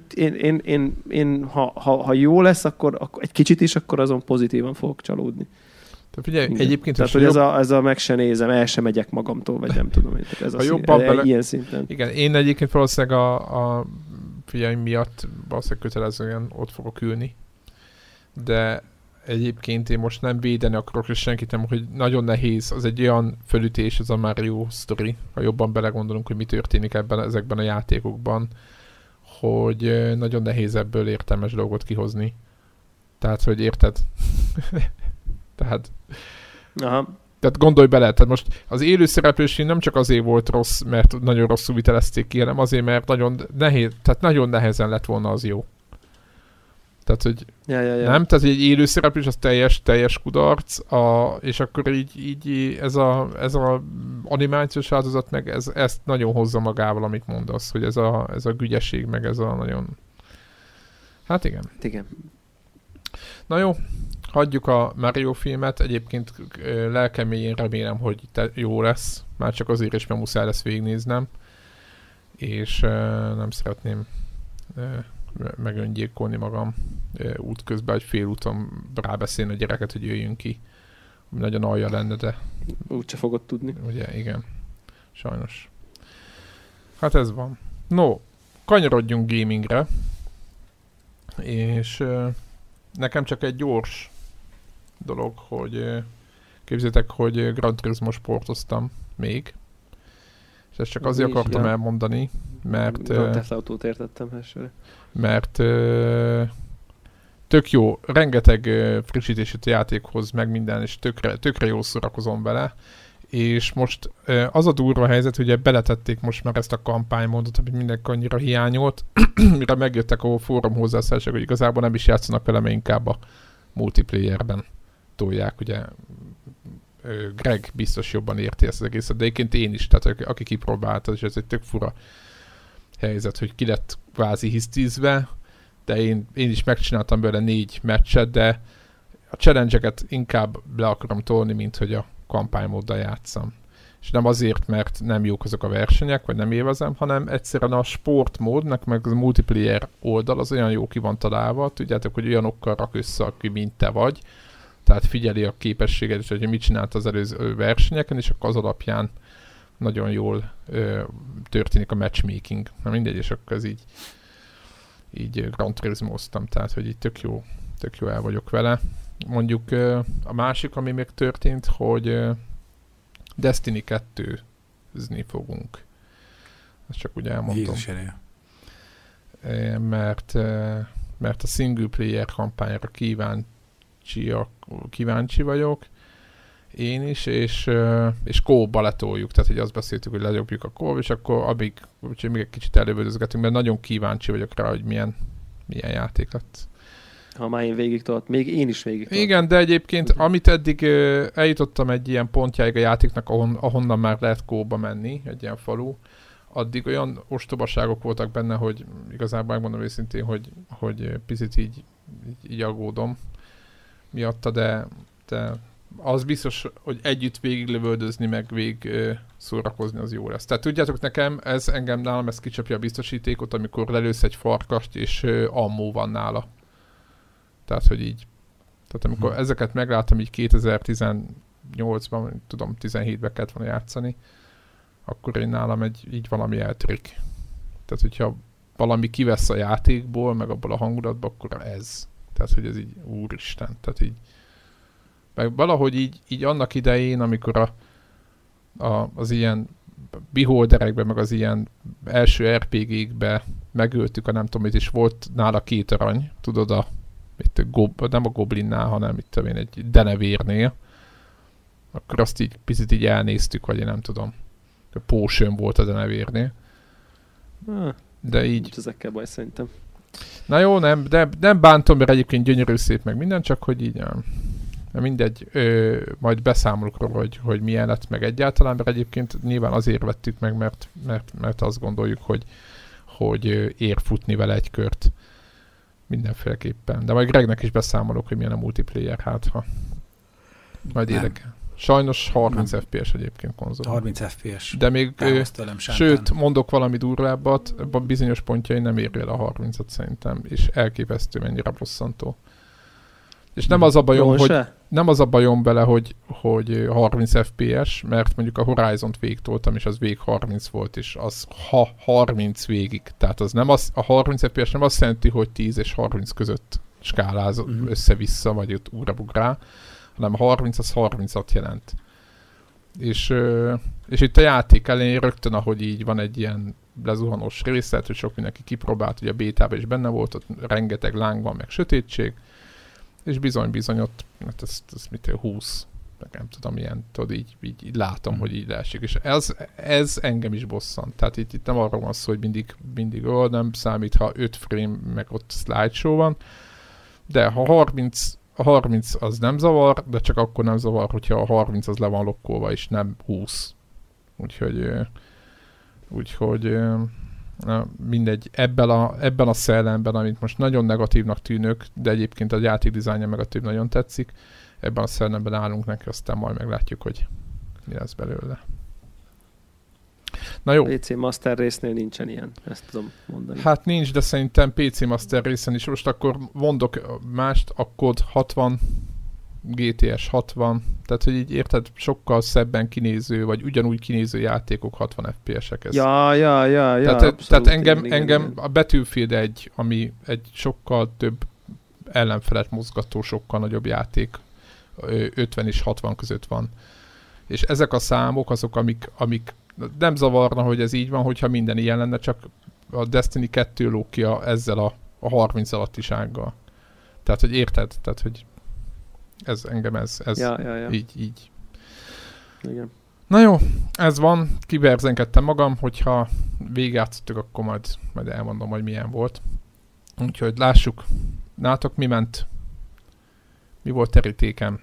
Ha jó lesz, akkor egy kicsit is, akkor azon pozitívan fogok csalódni. Tehát figyelj, egyébként... Tehát, hogy ez a meg se nézem, el se megyek magamtól, vagy nem tudom. Ez ilyen szinten. Igen, én egyébként valószínűleg a figyelj miatt valószínűleg kötelezően ott fogok ülni. De egyébként én most nem védeni akarok, és senkit nem, hogy nagyon nehéz, az egy olyan fölütés, ez a Mario sztori, ha jobban belegondolunk, hogy mi történik ezekben a játékokban, hogy nagyon nehéz ebből értelmes dolgot kihozni. Tehát, hogy érted? Tehát gondolj bele, tehát most az élőszereplős film nem csak azért volt rossz, mert nagyon rosszul vitelezték ki, hanem azért, mert nagyon nehezen lett volna az jó. Tehát, hogy nem? Tehát egy élőszereplős az teljes kudarc, és akkor így ez a animációs változat meg ezt nagyon hozza magával, amit mondasz, hogy ez a gügyesség, meg ez a nagyon... Hát igen. Na jó, hagyjuk a Mario filmet, egyébként lelkeméjén remélem, hogy jó lesz, már csak azért is, mert muszáj lesz végignéznem, és nem szeretném megöngyilkolni magam útközben, hogy félúton rábeszélni a gyereket, hogy jöjjünk ki. Nagyon alja lenne, de... Úgyse fogod tudni. Ugye, igen. Sajnos. Hát ez van. No, kanyarodjunk gamingre. És nekem csak egy gyors dolog, hogy képzeljétek, hogy Gran Turismo sportoztam még. És ezt csak azért akartam elmondani, mert... Tesla autót értettem elsőre. Mert tök jó, rengeteg frissítését a játékhoz, meg minden, és tökre jól szórakozom vele. És most az a durva helyzet, hogy beletették most már ezt a kampánymódot, amit mindenki annyira hiányolt, mire megjöttek a fórum hozzászások, hogy igazából nem is játszanak vele, mert inkább a multiplayerben tolják, ugye Greg biztos jobban érti ezt az egészet, de egyébként én is, tehát aki kipróbálta, és ez egy tök fura helyzet, hogy ki lett kvázi hisztízve, de én is megcsináltam belőle 4 meccset, de a challenge-eket inkább le akarom tolni, mint hogy a kampánymóddal játszam. és nem azért, mert nem jók azok a versenyek, vagy nem élvezem, hanem egyszerűen a sportmódnak, meg a multiplayer oldal az olyan jó ki van találva, tudjátok, hogy olyanokkal rak össze, aki mint te vagy, tehát figyeli a képességed, és hogy mit csinált az előző versenyeken, és akkor az alapján nagyon jól történik a matchmaking. Na mindegy, és akkor ez így Gran Turismo-ztam, tehát hogy így tök jó el vagyok vele. Mondjuk a másik, ami még történt, hogy Destiny 2-zni fogunk. Ezt csak úgy elmondom. Mert a single player kampányra kíváncsi vagyok. Én is, és co-ba letoljuk. Tehát, hogy azt beszéltük, hogy legyobjuk a co, és akkor úgyhogy még egy kicsit elővődözgetünk, mert nagyon kíváncsi vagyok rá, hogy milyen játék lett. Ha már én végig tart, még én is végig tart. Igen, de egyébként, amit eddig eljutottam egy ilyen pontjáig a játéknak, ahonnan már lehet co-ba menni, egy ilyen falu, addig olyan ostobaságok voltak benne, hogy igazából megmondom őszintén, hogy picit így aggódom miatta, de az biztos, hogy együtt végiglövöldözni, meg szórakozni az jó lesz. Tehát tudjátok, nálam ez kicsapja a biztosítékot, amikor lelősz egy farkast, és ammó van nála. Tehát, hogy így. Tehát amikor ezeket megláttam így 2018-ban, tudom, 17-ben kellett volna játszani, akkor én nálam így valami eltörik. Tehát, hogyha valami kivesz a játékból, meg abból a hangulatból, akkor ez. Tehát, hogy ez így úristen. Tehát így meg valahogy így annak idején, amikor az ilyen beholderekben, meg az ilyen első RPG-kbe megöltük, nem tudom, és volt nála 2 arany, tudod, nem a Goblinnál, hanem egy denevérnél, akkor azt így picit így elnéztük, vagy én nem tudom. A potion volt a denevérnél. De így... Nincs ezekkel baj, szerintem. Na jó, nem bántom, mert egyébként gyönyörű szép meg minden, csak hogy így mindegy, majd beszámolok róla, hogy milyen lett meg egyáltalán, mert egyébként nyilván azért vettük meg, mert azt gondoljuk, hogy ér futni vele egy kört. Mindenféleképpen. De majd Gregnek is beszámolok, hogy milyen a multiplayer, ha majd érdekel. Sajnos 30 FPS egyébként konzol. 30 FPS. De még, sőt, mondok valami durvábbat, ebben bizonyos pontjai nem ér el a 30-at szerintem, és elképesztő mennyire bosszantó. És nem az a bajom vele, hogy 30 FPS, mert mondjuk a Horizont végigtoltam, és az végig 30 volt, és az 30 végig. Tehát az nem a 30 FPS nem azt jelenti, hogy 10 és 30 között skáláz össze-vissza, vagy ott újra-bugrá, hanem a 30 az 30-at jelent. És itt a játék elején rögtön, ahogy így van egy ilyen lezuhanós részlet, hogy sok mindenki kipróbált, hogy a bétában is benne volt, ott rengeteg láng van, meg sötétség, és bizony ott, hát ez 20, meg nem tudom, ilyen, tudod, így látom, hogy így leesik. És ez engem is bosszant. Tehát itt nem arról van szó, hogy mindig nem számít, ha 5 frame, meg ott slideshow van, de ha 30 az nem zavar, de csak akkor nem zavar, hogyha a 30 az le van lokkolva, és nem 20. Úgyhogy mindegy, ebben a szellemben, amit most nagyon negatívnak tűnök, de egyébként a játék dizájnja meg a több nagyon tetszik, ebben a szellemben állunk neki, aztán majd meglátjuk, hogy mi lesz belőle. Na jó. PC Master résznél nincsen ilyen, ezt tudom mondani. Hát nincs, de szerintem PC Master részen is. Most akkor mondok mást, a COD 60, GTS 60, tehát hogy így érted, sokkal szebben kinéző, vagy ugyanúgy kinéző játékok 60 FPS-ek. Ja. Tehát engem a Battlefield 1, ami egy sokkal több ellenfelet mozgató, sokkal nagyobb játék, 50 és 60 között van. És ezek a számok azok, amik nem zavarna, hogy ez így van, hogyha minden ilyen lenne, csak a Destiny 2 lókja ezzel a 30 alattisággal. Tehát, hogy érted? Tehát, hogy ez engem ez ja. így. Igen. Na jó, ez van. Kiverzenkedtem magam, hogyha végigjátszottuk, akkor majd elmondom, hogy milyen volt. Úgyhogy lássuk. Nátok mi ment? Mi volt terítékem?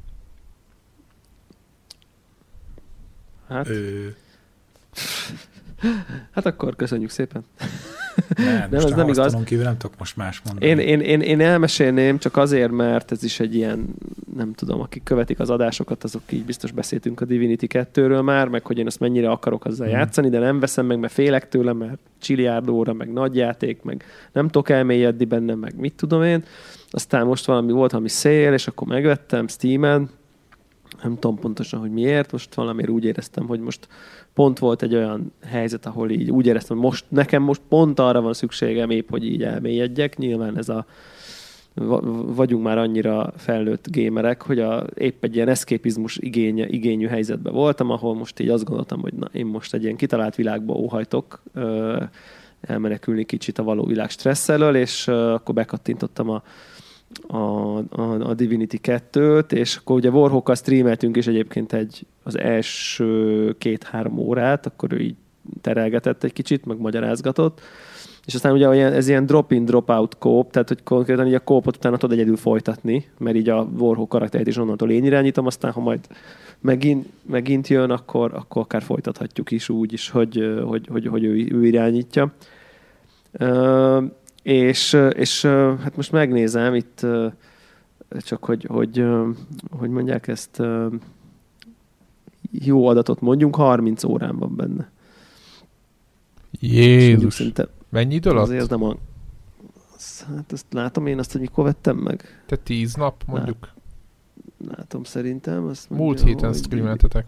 Hát akkor köszönjük szépen. Nem, ez nem igaz. Kívül nem tudok most más mondani. Én elmesélném, csak azért, mert ez is egy ilyen nem tudom, akik követik az adásokat, azok így biztos beszéltünk a Divinity 2-ről már, meg hogy én azt mennyire akarok azzal játszani, de nem veszem meg, mert félek tőle, mert csiliárd óra, meg nagy játék, meg nem tudok elmélyedni benne, meg mit tudom én. Aztán most volt valami szél, és akkor megvettem Steamen, nem tudom pontosan, hogy miért, most valamiért úgy éreztem, hogy most pont volt egy olyan helyzet, ahol így úgy éreztem, hogy nekem most pont arra van szükségem épp, hogy így elmélyedjek. Nyilván ez vagyunk már annyira felnőtt gémerek, hogy épp egy ilyen eszképizmus igényű helyzetben voltam, ahol most így azt gondoltam, hogy én most egy ilyen kitalált világba óhajtok elmenekülni kicsit a való világ stressz elől, és akkor bekattintottam a Divinity 2-t, és akkor ugye Warhawkkal streameltünk is egyébként az első 2-3 órát, akkor ő így terelgetett egy kicsit, meg magyarázgatott, és aztán ugye ez ilyen drop-in, drop-out kóp, tehát hogy konkrétan így a kópot utána tudod egyedül folytatni, mert így a Warhawk karakterét is onnantól én irányítom, aztán ha majd megint jön, akkor akár folytathatjuk is úgy is, hogy ő irányítja. És hát most megnézem itt, csak hogy mondják ezt, jó adatot mondjunk, 30 órán van benne. Jézus! Mennyi idő alatt? Azért nem hát ezt látom én azt, hogy mikor vettem meg. Te 10 nap, mondjuk? Látom szerintem. Azt mondja, múlt héten streameltetek.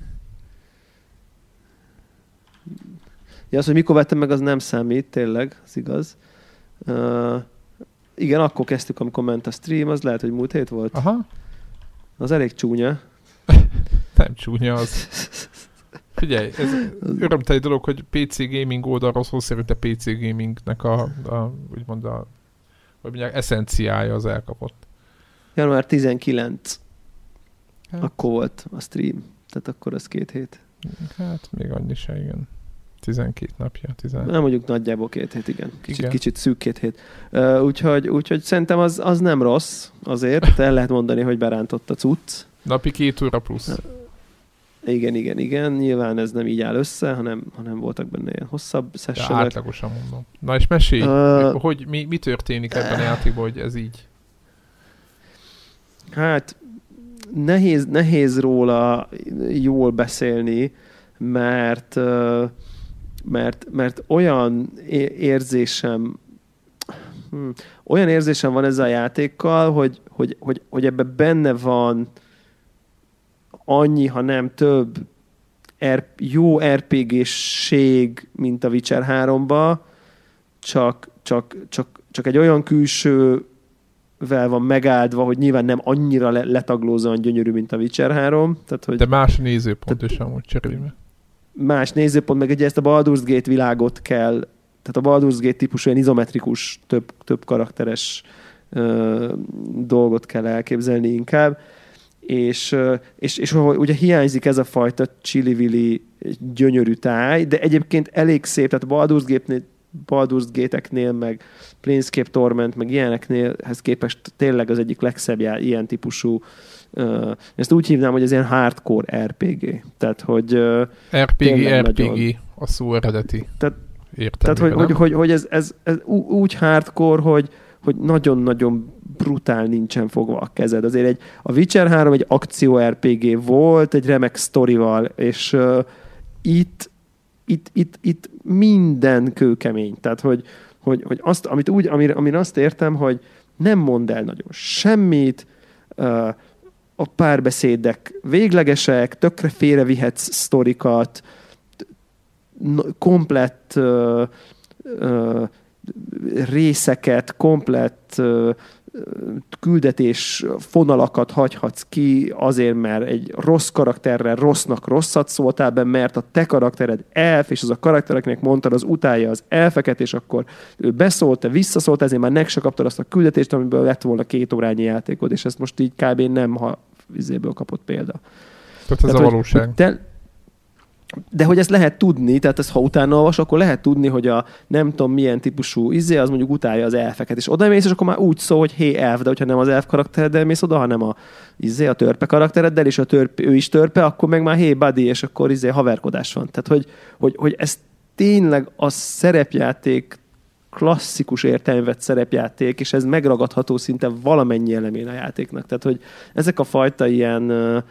Ja, az, hogy mikor vettem meg, az nem számít, tényleg, az igaz. Igen, akkor kezdtük, amikor ment a stream, az lehet, hogy múlt hét volt. Aha. Az elég csúnya. Nem csúnya az. Figyelj, ez örömteli dolog, hogy PC Gaming oldalról szó szerint a PC Gamingnek úgymond hogy mondják, eszenciája az elkapott. Január 19. Hát. Akkor volt a stream. Tehát akkor az 2 hét. Hát még annyi se, igen. 12 napja. Nem mondjuk nagyjából 2 hét, igen. Kicsit szűk 2 hét. Úgyhogy szerintem az nem rossz azért. El lehet mondani, hogy berántott a cucc. Napi 2 óra plusz. Igen. Nyilván ez nem így áll össze, hanem voltak benne ilyen hosszabb sessionek. De átlagosan mondom. Na és mesélj, hogy mi történik ebben a játékban, hogy ez így? Hát nehéz róla jól beszélni, mert olyan érzésem van ezzel a játékkal, hogy ebben benne van annyi, ha nem több jó RPG-ség, mint a Witcher 3-ba, csak egy olyan külsővel van megáldva, hogy nyilván nem annyira letaglózóan gyönyörű, mint a Witcher 3. Tehát, hogy, de más nézőpont is amúgy cserélve. Más nézőpont, meg ugye ezt a Baldur's Gate világot kell, tehát a Baldur's Gate típusú ilyen izometrikus, több karakteres dolgot kell elképzelni inkább. És ugye hiányzik ez a fajta csili-vili gyönyörű táj, de egyébként elég szép, tehát Baldur's Gate-eknél, meg Planescape Torment, meg ilyeneknélhez képest tényleg az egyik legszebb ilyen típusú, ezt úgy hívnám, hogy ez ilyen hardcore RPG. Tehát, hogy RPG, nagyon, a szó eredeti. Tehát hogy ez úgy hardcore, hogy nagyon-nagyon brutál nincsen fogva a kezed. Azért a Witcher 3 egy akció RPG volt, egy remek sztorival, és itt minden kőkemény. Tehát, hogy azt, amire azt értem, hogy nem mond el nagyon semmit, a párbeszédek véglegesek, tökre félrevihetsz sztorikat, komplett részeket, komplett küldetés fonalakat hagyhatsz ki azért, mert egy rossz karakterrel rossznak rosszat szóltál be, mert a te karaktered elf, és az a karakter, akinek mondtad, az utálja az elfeket, és akkor ő beszólt, te visszaszólt, ezért már meg se kaptad azt a küldetést, amiből lett volna 2 órányi játékod, és ezt most így kb. Nem, ha vizéből kapott példa. Tehát ez a valóság. De hogy ezt lehet tudni, tehát ezt, ha utána olvas, akkor lehet tudni, hogy a nem tudom milyen típusú az mondjuk utálja az elfeket, és odamész, és akkor már úgy szól, hogy hé elf, de hogyha nem az elf karaktereddel mész oda, hanem a törpe karaktereddel, és ő is törpe, akkor meg már hé buddy, és akkor haverkodás van. Tehát, hogy ez tényleg a szerepjáték klasszikus értelemben vett szerepjáték, és ez megragadható szinte valamennyi elemén a játéknak. Tehát, hogy ezek a fajta ilyen,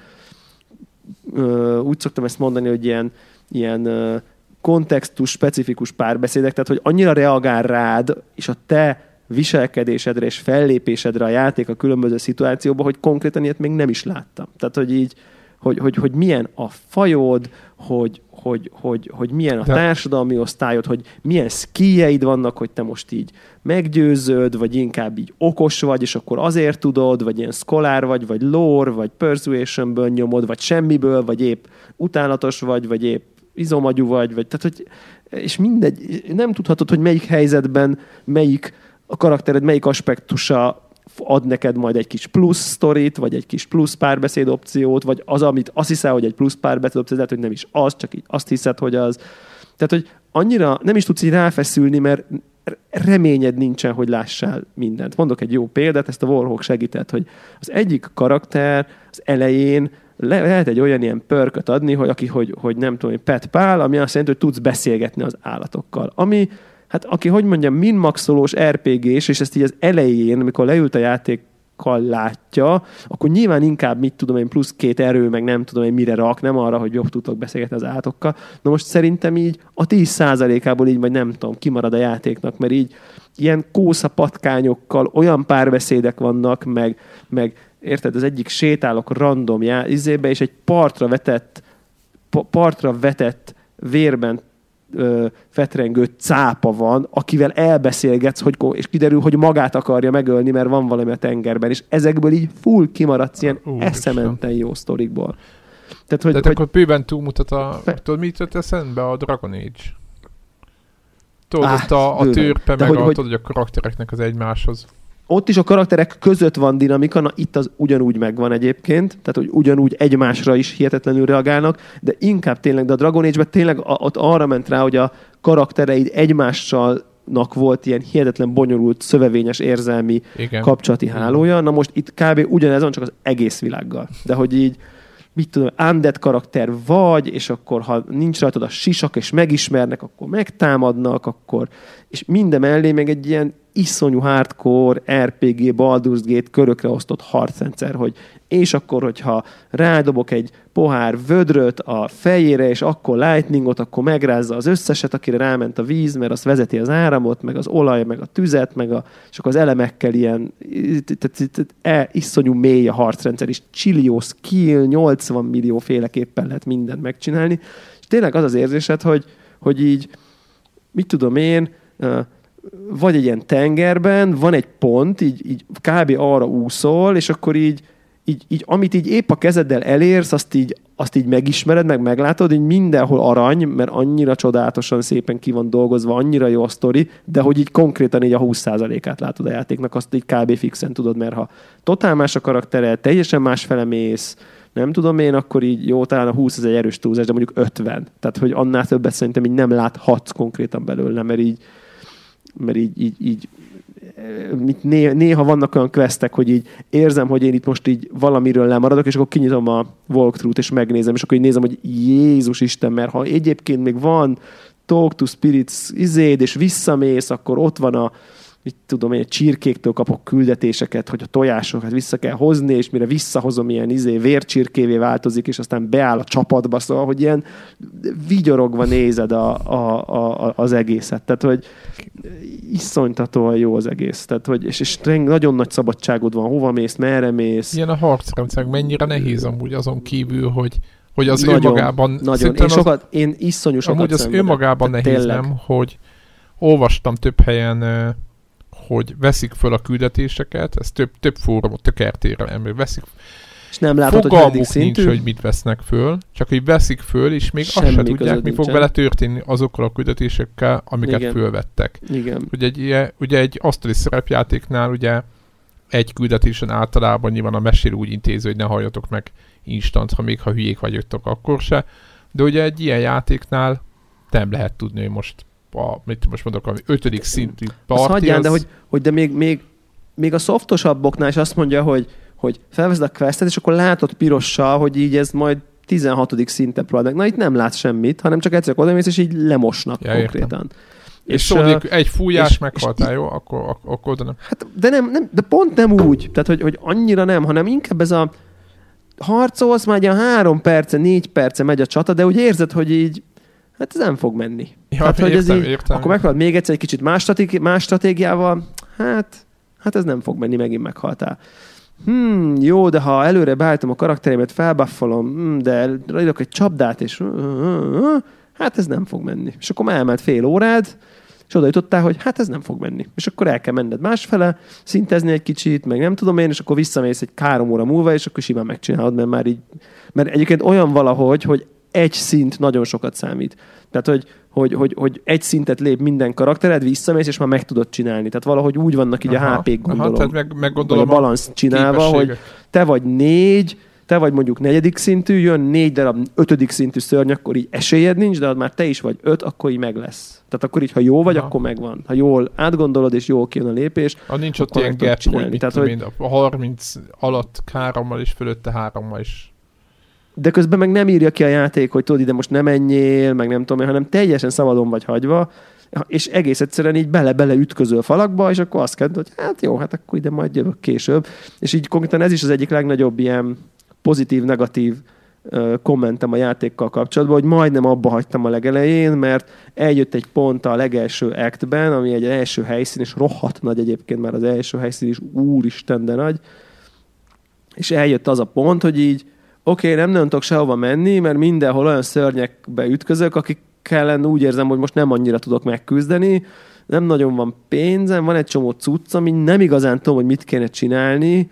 úgy szoktam ezt mondani, hogy ilyen kontextus, specifikus párbeszédek, tehát, hogy annyira reagál rád, és a te viselkedésedre és fellépésedre a játék a különböző szituációban, hogy konkrétan ilyet még nem is láttam. Tehát, hogy így, hogy milyen a fajod, hogy milyen a társadalmi osztályod, hogy milyen skilljeid vannak, hogy te most így meggyőzöd, vagy inkább így okos vagy, és akkor azért tudod, vagy ilyen scholar vagy lore, vagy persuasionből nyomod, vagy semmiből, vagy épp utálatos vagy épp izomagyú vagy tehát, hogy és mindegy, nem tudhatod, hogy melyik helyzetben, melyik a karaktered, melyik aspektusa ad neked majd egy kis plusz sztorit, vagy egy kis plusz párbeszéd opciót, vagy az, amit azt hiszel, hogy egy plusz párbeszéd opció, lehet, hogy nem is az, csak így azt hiszed, hogy az. Tehát, hogy annyira nem is tudsz így ráfeszülni, mert reményed nincsen, hogy lássál mindent. Mondok egy jó példát, ezt a Warhawk segített, hogy az egyik karakter az elején lehet egy olyan ilyen pörköt adni, hogy nem tudom, pet pál, ami azt jelenti, hogy tudsz beszélgetni az állatokkal. Ami hát aki, hogy mondjam, min-maxolós RPG-s, és ezt így az elején, amikor leült a játékkal látja, akkor nyilván inkább, mit tudom én, plusz 2 erő, meg nem tudom én mire rak, nem arra, hogy jobb tudtok beszélgetni az állatokkal. Na most szerintem így a 10%-ából így, vagy nem tudom, kimarad a játéknak, mert így ilyen kószapatkányokkal olyan párbeszédek vannak, meg érted, az egyik sétálok random izébe, és egy partra vetett vérben fetrengő cápa van, akivel elbeszélgetsz, és kiderül, hogy magát akarja megölni, mert van valami a tengerben, és ezekből így full kimaradsz ilyen eszementen jó sztorikból. Tehát akkor bőven túlmutat tudod, mit jött eszembe? A Dragon Age. Tudod, ott a törpe, meg tudod, a karaktereknek az egymáshoz. Ott is a karakterek között van dinamika, na itt az ugyanúgy megvan egyébként, tehát hogy ugyanúgy egymásra is hihetetlenül reagálnak, de inkább tényleg, de a Dragon Age-ben tényleg ott arra ment rá, hogy a karaktereid egymásnak volt ilyen hihetetlen bonyolult, szövevényes érzelmi kapcsolati hálója. Na most itt kb. Ugyanez van, csak az egész világgal. De hogy így, mit tudom, undead karakter vagy, és akkor ha nincs rajtad a sisak, és megismernek, akkor megtámadnak, akkor, és minden mellé még egy ilyen iszonyú hardcore RPG Baldur's Gate körökre osztott harcrendszer, hogy és akkor, hogyha rádobok egy pohár vödröt a fejére, és akkor lightningot, akkor megrázza az összeset, akire ráment a víz, mert azt vezeti az áramot, meg az olaj, meg a tüzet, és akkor az elemekkel ilyen iszonyú mély a harcrendszer, és csillió skill, 80 millió féleképpen lehet mindent megcsinálni. És tényleg az az érzésed, hogy így, mit tudom én, vagy egy ilyen tengerben, van egy pont, így kb. Arra úszol, és akkor így amit így épp a kezeddel elérsz, azt így megismered, meg meglátod, így mindenhol arany, mert annyira csodálatosan szépen ki van dolgozva, annyira jó a sztori, de hogy így konkrétan így a 20%-át látod a játéknak, azt így kb. Fixen tudod, mert ha totál más a karaktere, teljesen más fele mész, nem tudom én, akkor így jó, talán a 20 az egy erős túlzás, de mondjuk 50. Tehát, hogy annál többet szerintem így nem láthatsz konkrétan belőle, mert így néha vannak olyan questek, hogy így érzem, hogy én itt most így valamiről lemaradok, és akkor kinyitom a walkthrough-t, és megnézem, és akkor így nézem, hogy Jézus Isten, mert ha egyébként még van Talk to Spirits és visszamész, akkor ott van mit tudom én, csirkéktől kapok küldetéseket, hogy a tojásokat vissza kell hozni, és mire visszahozom, ilyen vércsirkévé változik, és aztán beáll a csapatba, szóval, hogy ilyen vigyorogva nézed az egészet. Tehát, hogy iszonytatóan jó az egész. Tehát, hogy, és nagyon nagy szabadságod van, hova mész, merre mész. Ilyen a harcrendszer, mennyire nehéz amúgy azon kívül, hogy az önmagában... Nagyon. Én iszonyú sokat amúgy az önmagában nehéz, tényleg. Nem, hogy olvastam több helyen, hogy veszik föl a küldetéseket, ez több fórumot, tök RT-re veszik. És nem látod, fogalmuk nincs, hogy mit vesznek föl, csak hogy veszik föl, és még semmi azt se tudják, mi fog vele történni azokkal a küldetésekkel, amiket fölvettek. Igen. Ugye egy asztali szerepjátéknál ugye egy küldetésen általában nyilván a mesélő úgy intéző, hogy ne halljatok meg instant, ha hülyék vagytok, akkor se. De ugye egy ilyen játéknál nem lehet tudni, hogy most mondok, ami 5. szintű parti. Hagyján, de még a szoftosabboknál is azt mondja, hogy felveszed a questet, és akkor látod pirossal, hogy így ez majd 16. szinten próbálnak. Na itt nem látsz semmit, hanem csak egyszer odamész, és így lemosnak konkrétan. Értem. És szó egy fújás meghaltál, jó? Akkor de nem. Hát, de pont nem úgy. Tehát, hogy annyira nem, hanem inkább ez a harcolsz, már ilyen 3 perce, 4 perce megy a csata, de úgy érzed, hogy így hát ez nem fog menni. Ja, hát, hogy értem, ez így, akkor megpróbálod még egyszer egy kicsit más stratégiával, hát ez nem fog menni, megint meghaltál. Jó, de ha előre beállítom a karakterémet, felbuffolom, de ráidok egy csapdát, és hát ez nem fog menni. És akkor már elment fél órád, és oda jutottál, hogy hát ez nem fog menni. És akkor el kell menned másfele, szintezni egy kicsit, meg nem tudom én, és akkor visszamész egy 3 óra múlva, és akkor simán megcsinálod, mert már így... Mert egyébként olyan valahogy, hogy egy szint nagyon sokat számít. Tehát, hogy egy szintet lép minden karaktered, visszamész, és már meg tudod csinálni. Tehát valahogy úgy vannak így a HP-k, gondolom. Tehát meg gondolom a balansz csinálva, hogy te vagy 4, te vagy mondjuk 4. szintű, jön 4 darab 5. szintű szörny, akkor így esélyed nincs, de ha már te is vagy 5, akkor így meg lesz. Tehát akkor így, ha jó vagy, akkor megvan. Ha jól átgondolod, és jól kijön a lépés, nincs ott ilyen gap, hogy tehát, hogy a 30 alatt 3-mal és fölötte 3-mal is. De közben meg nem írja ki a játék, hogy tudod, ide most nem menjél, meg nem tudom, hanem teljesen szabadon vagy hagyva, és egész egyszerűen így bele ütközöl falakba, és akkor azt kell, hogy hát jó, hát akkor ide majd jövök később. És így konkrétan ez is az egyik legnagyobb ilyen pozitív-negatív kommentem a játékkal kapcsolatban, hogy majdnem abba hagytam a legelején, mert eljött egy pont a legelső actben, ami egy első helyszín, és rohadt nagy egyébként már az első helyszín is, úristen, de nagy. És eljött az a pont, hogy így oké, nem nagyon tudok sehova menni, mert mindenhol olyan szörnyekbe ütközök, akikkel ellen úgy érzem, hogy most nem annyira tudok megküzdeni, nem nagyon van pénzem, van egy csomó cucc, ami nem igazán tudom, hogy mit kéne csinálni.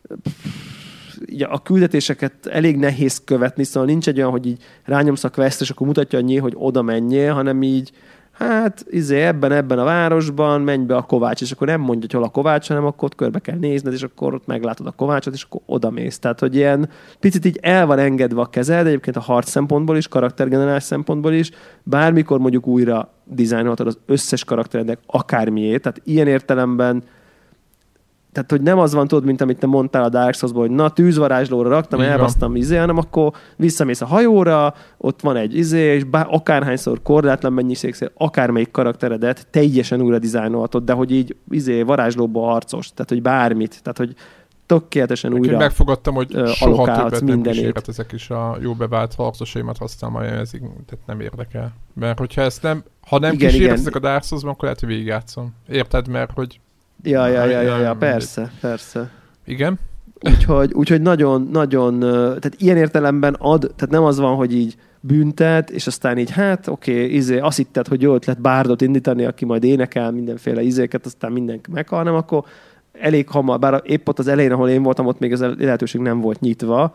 A küldetéseket elég nehéz követni, szóval nincs egy olyan, hogy így rányomsz a quest, és akkor mutatja annyi, hogy oda menjél, hanem így hát ebben a városban menj be a kovács, és akkor nem mondja, hogy hol a kovács, hanem akkor ott körbe kell nézned, és akkor ott meglátod a kovácsot, és akkor oda mész. Tehát, hogy ilyen picit így el van engedve a kezed, egyébként a harc szempontból is, karaktergenerálás szempontból is, bármikor mondjuk újra dizájnolhatod az összes karakterednek akármiét, tehát ilyen értelemben tehát, hogy nem az van, tudod, mint amit te mondtál a Dark Souls-ból, hogy na, tűzvarázslóra raktam, elbasztam hanem akkor visszamész a hajóra, ott van egy és akárhányszor korlátlan mennyiségszer, akármelyik karakteredet teljesen újra dizájnolhatod, de hogy így varázslóból harcos, tehát, hogy bármit, tehát, hogy tökéletesen újra én megfogadtam, hogy soha többet nem kísérlet ezek is a jó bevált harcosaimat használom a jelzik, tehát nem érdekel. Mert hogyha ezt nem, ha nem kísérlet ezek a Dark Souls-ban, akkor lehet, hogy végigjátszom. Érted, mert hogy Ja, persze. Igen. Úgyhogy nagyon, tehát ilyen értelemben tehát nem az van, hogy így büntet, és aztán így, hát oké, azt hitted, hogy jó ötlet bárdot indítani, aki majd énekel mindenféle izéket, aztán mindenki meghal, hanem akkor elég hamar, bár épp ott az elején, ahol én voltam, ott még ez a lehetőség nem volt nyitva,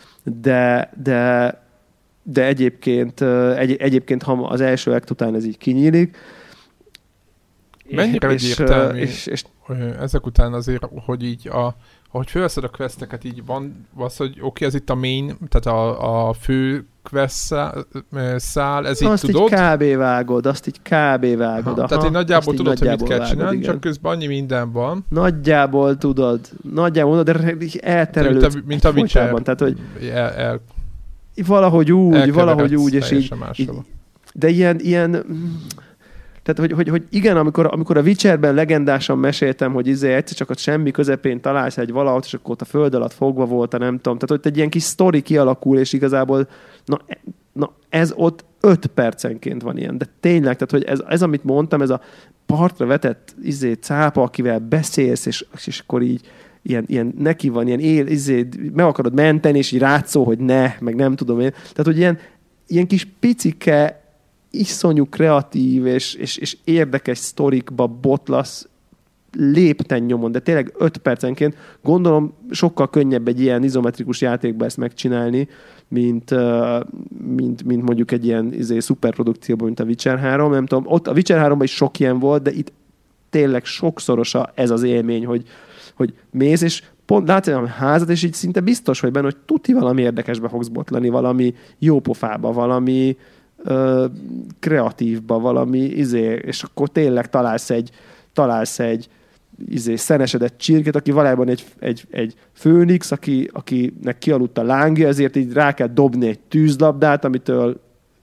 de egyébként az első act után ez így kinyílik. Mennyire egyértelmű ezek után azért, hogy így ahogy felveszed a questeket, így van az, hogy oké, ez itt a main, tehát a fő quest szál, ez azt így tudod? Azt így kb. vágod. Tehát így nagyjából tudod, hogy mit kell csinálni, csak közben annyi minden van. Nagyjából tudod, de elterelődsz. Mint a Witcher. Tehát, hogy valahogy úgy, és így de ilyen tehát, hogy igen, amikor a Witcherben legendásan meséltem, hogy egyszer csak ott semmi közepén találsz egy valahol, és akkor ott a föld alatt fogva volt, nem tudom. Tehát, hogy egy ilyen kis sztori kialakul, és igazából na ez ott 5 percenként van ilyen. De tényleg, tehát, hogy ez amit mondtam, ez a partra vetett cápa, akivel beszélsz, és akkor így ilyen neki van, ilyen meg akarod menteni, és így rátszó, hogy ne, meg nem tudom én. Tehát, hogy ilyen kis picike iszonyú kreatív és érdekes sztorikba botlasz lépten nyomon, de tényleg 5 percenként gondolom sokkal könnyebb egy ilyen izometrikus játékban ezt megcsinálni, mint mondjuk egy ilyen szuperprodukcióban, mint a Witcher 3. Nem tudom, ott a Witcher 3-ban is sok ilyen volt, de itt tényleg sokszorosa ez az élmény, hogy mész, és pont látsz egy házat, és így szinte biztos vagy benne, hogy tuti valami érdekesbe fogsz botlani, valami jópofába, valami kreatívba, valami és akkor tényleg találsz egy szenesedett csirkét, aki valójában egy főnix, akinek kialudt a lángja, ezért így rá kell dobni egy tűzlabdát, amitől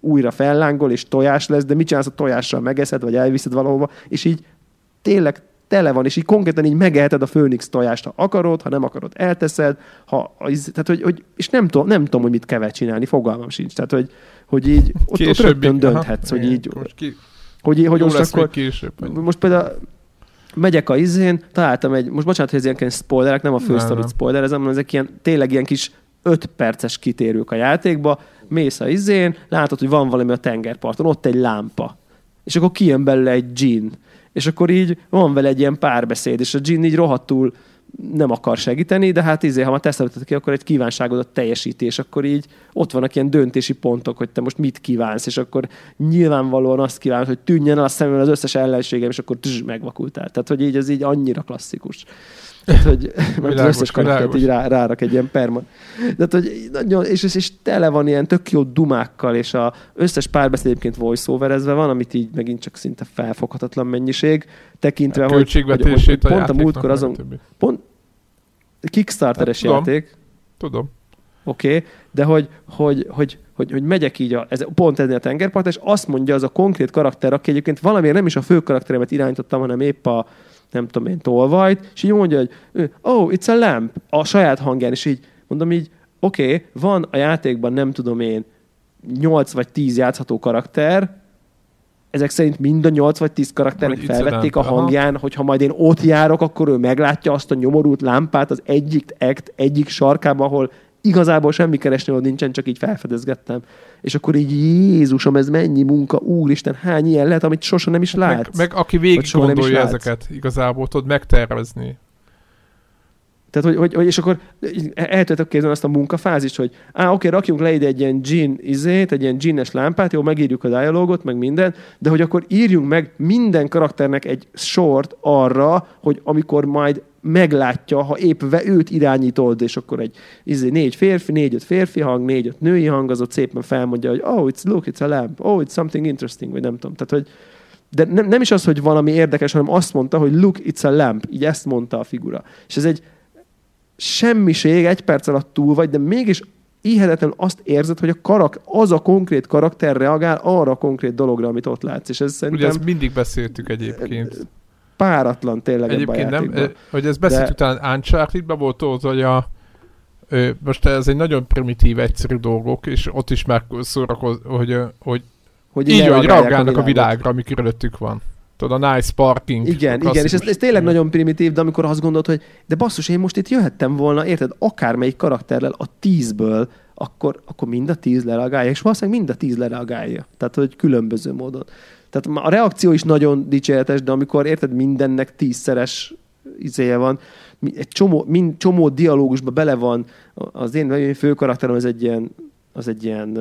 újra fellángol, és tojás lesz, de mit csinálsz a tojással? Megeszed, vagy elviszed valahova, és így tényleg tele van, és így konkrétan így megeheted a Phoenix tojást, ha akarod, ha nem akarod, elteszed, tehát, hogy és nem tudom, hogy mit kell csinálni, fogalmam sincs. Tehát, hogy így ott rögtön dönthetsz, hogy így hogy most akkor most például megyek a találtam most bocsánat, hogy ez ilyen spoilerek, nem a fősztorit spoilerezem, hanem ezek tényleg ilyen kis 5 perces kitérők a játékba, mész a látod, hogy van valami a tengerparton, ott egy lámpa, és akkor kijön belőle egy dzsinn, és akkor így van vele egy ilyen párbeszéd, és a dzsinn így rohadtul nem akar segíteni, de hát ha már tesztelted ki, akkor egy kívánságodat teljesíti, és akkor így ott vannak ilyen döntési pontok, hogy te most mit kívánsz, és akkor nyilvánvalóan azt kívánod, hogy tűnjön el a szemben az összes ellenségem, és akkor megvakultál. Tehát, hogy így ez így annyira klasszikus. Tehát, hogy az összes karaktert így rárak egy ilyen perma. Tehát, hogy nagyon, és tele van ilyen tök jó dumákkal, és az összes párbeszéd egyébként voice-overezve van, amit így megint csak szinte felfoghatatlan mennyiség, tekintve, hogy pont a múltkor azon... Pont Kickstarteres játék. Tudom. Oké, de hogy megyek így pont ennél a tengerpart, és azt mondja az a konkrét karakter, aki egyébként valamiért nem is a fő karakteremet irányítottam, hanem épp a nem tudom én, tolvajt, és így mondja, hogy oh, it's a lamp, a saját hangján, és így mondom így, oké, van a játékban nem tudom én 8 vagy 10 játszható karakter, ezek szerint mind a 8 vagy 10 karakternek felvették a hangján, hogyha majd én ott járok, akkor ő meglátja azt a nyomorult lámpát az egyik sarkában, ahol igazából semmi keresnivaló nincsen, csak így felfedezgettem. És akkor így Jézusom, ez mennyi munka, úristen, hány ilyen lehet, amit sosem nem is látsz. Meg aki végig gondolja ezeket, igazából tudod megtervezni. Tehát, hogy és akkor el tudjátok képzelni azt a munkafázist, hogy oké, rakjunk le ide egy ilyen egy ilyen djinnes lámpát, jó, megírjuk a dialógot, meg minden, de hogy akkor írjunk meg minden karakternek egy sort arra, hogy amikor majd meglátja, ha épp őt irányítod, és akkor egy 4-5 férfi hang, 4-5 női hang, az ott szépen felmondja, hogy it's a lamp, it's something interesting, vagy nem tudom. Tehát, hogy de nem is az, hogy valami érdekes, hanem azt mondta, hogy look, it's a lamp. Így ezt mondta a figura. És ez egy semmiség, 1 perc alatt túl vagy, de mégis hihetetlenül azt érzed, hogy az a konkrét karakter reagál arra a konkrét dologra, amit ott látsz. És ez szerintem... Ugye ezt mindig beszéltük egyébként. Páratlan tényleg egyébként nem, hogy ezt beszéltük, talán Uncharted-ben volt az, hogy most ez egy nagyon primitív, egyszerű dolgok, és ott is már szórakoz, hogy így, hogy reagálnak a világra, ami körülöttük van. Tudod, a nice parking. Igen, és ez tényleg nagyon primitív, de amikor azt gondolod, hogy de basszus, én most itt jöhettem volna, érted, akármelyik karakterrel a 10-ből, akkor mind a 10 lereagálja, és valószínűleg mind a 10 lereagálja. Tehát, hogy különböző módon. Tehát a reakció is nagyon dicséretes, de amikor érted, mindennek 10-szeres izéje van, egy csomó dialógusban bele van, az én főkarakterem az egy ilyen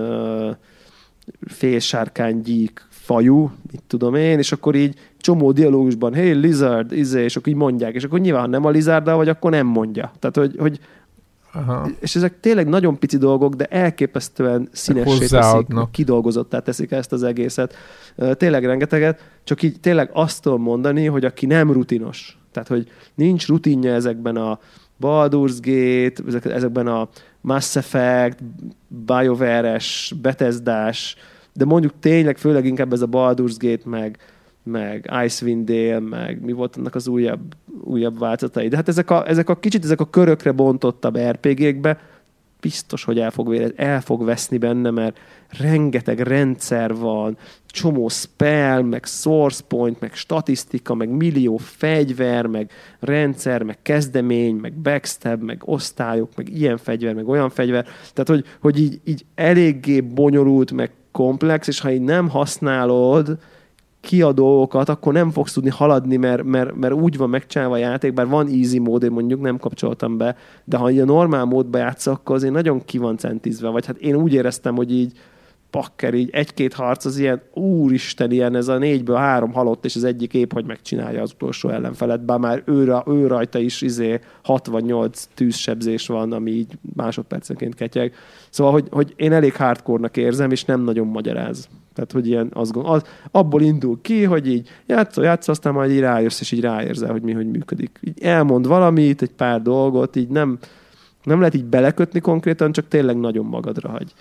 félsárkánygyík fajú, mit tudom én, és akkor így csomó dialógusban, hey, lizard, és akkor így mondják, és akkor nyilván, ha nem a lizarddal vagy, akkor nem mondja. Tehát, hogy és ezek tényleg nagyon pici dolgok, de elképesztően színessé teszik, kidolgozottá teszik ezt az egészet. Tényleg rengeteget, csak így tényleg azt tudom mondani, hogy aki nem rutinos, tehát, hogy nincs rutinja ezekben a Baldur's Gate, ezekben a Mass Effect, BioWare-es, Bethesda-s, de mondjuk tényleg főleg inkább ez a Baldur's Gate, meg Icewind Dale, meg mi volt annak az újabb változatai. De hát ezek a körökre bontottabb RPG-kbe biztos, hogy el fog veszni benne, mert rengeteg rendszer van, csomó spell, meg source point, meg statisztika, meg millió fegyver, meg rendszer, meg kezdemény, meg backstab, meg osztályok, meg ilyen fegyver, meg olyan fegyver. Tehát, hogy így eléggé bonyolult, meg komplex, és ha így nem használod ki a dolgokat, akkor nem fogsz tudni haladni, mert úgy van megcsinálva a játék, bár van easy mód, én mondjuk nem kapcsoltam be, de ha így a normál módba játszol, akkor azért nagyon ki van centízve, vagy hát én úgy éreztem, hogy így pakker, így 1-2 harc az ilyen, úristen, ilyen ez a 4-ből 3 halott, és az egyik épp, hogy megcsinálja az utolsó ellenfelet, bár már ő rajta is 68 tűzsebzés van, ami így másodpercenként ketyeg. Szóval, hogy én elég hardcore-nak érzem, és nem nagyon magyaráz. Tehát, hogy ilyen abból indul ki, hogy így játsz, aztán majd így rájössz, és így ráérzel, hogy mi hogy működik. Így elmond valamit, egy pár dolgot, így nem lehet így belekötni konkrétan, csak tényleg nagyon magadra hagy.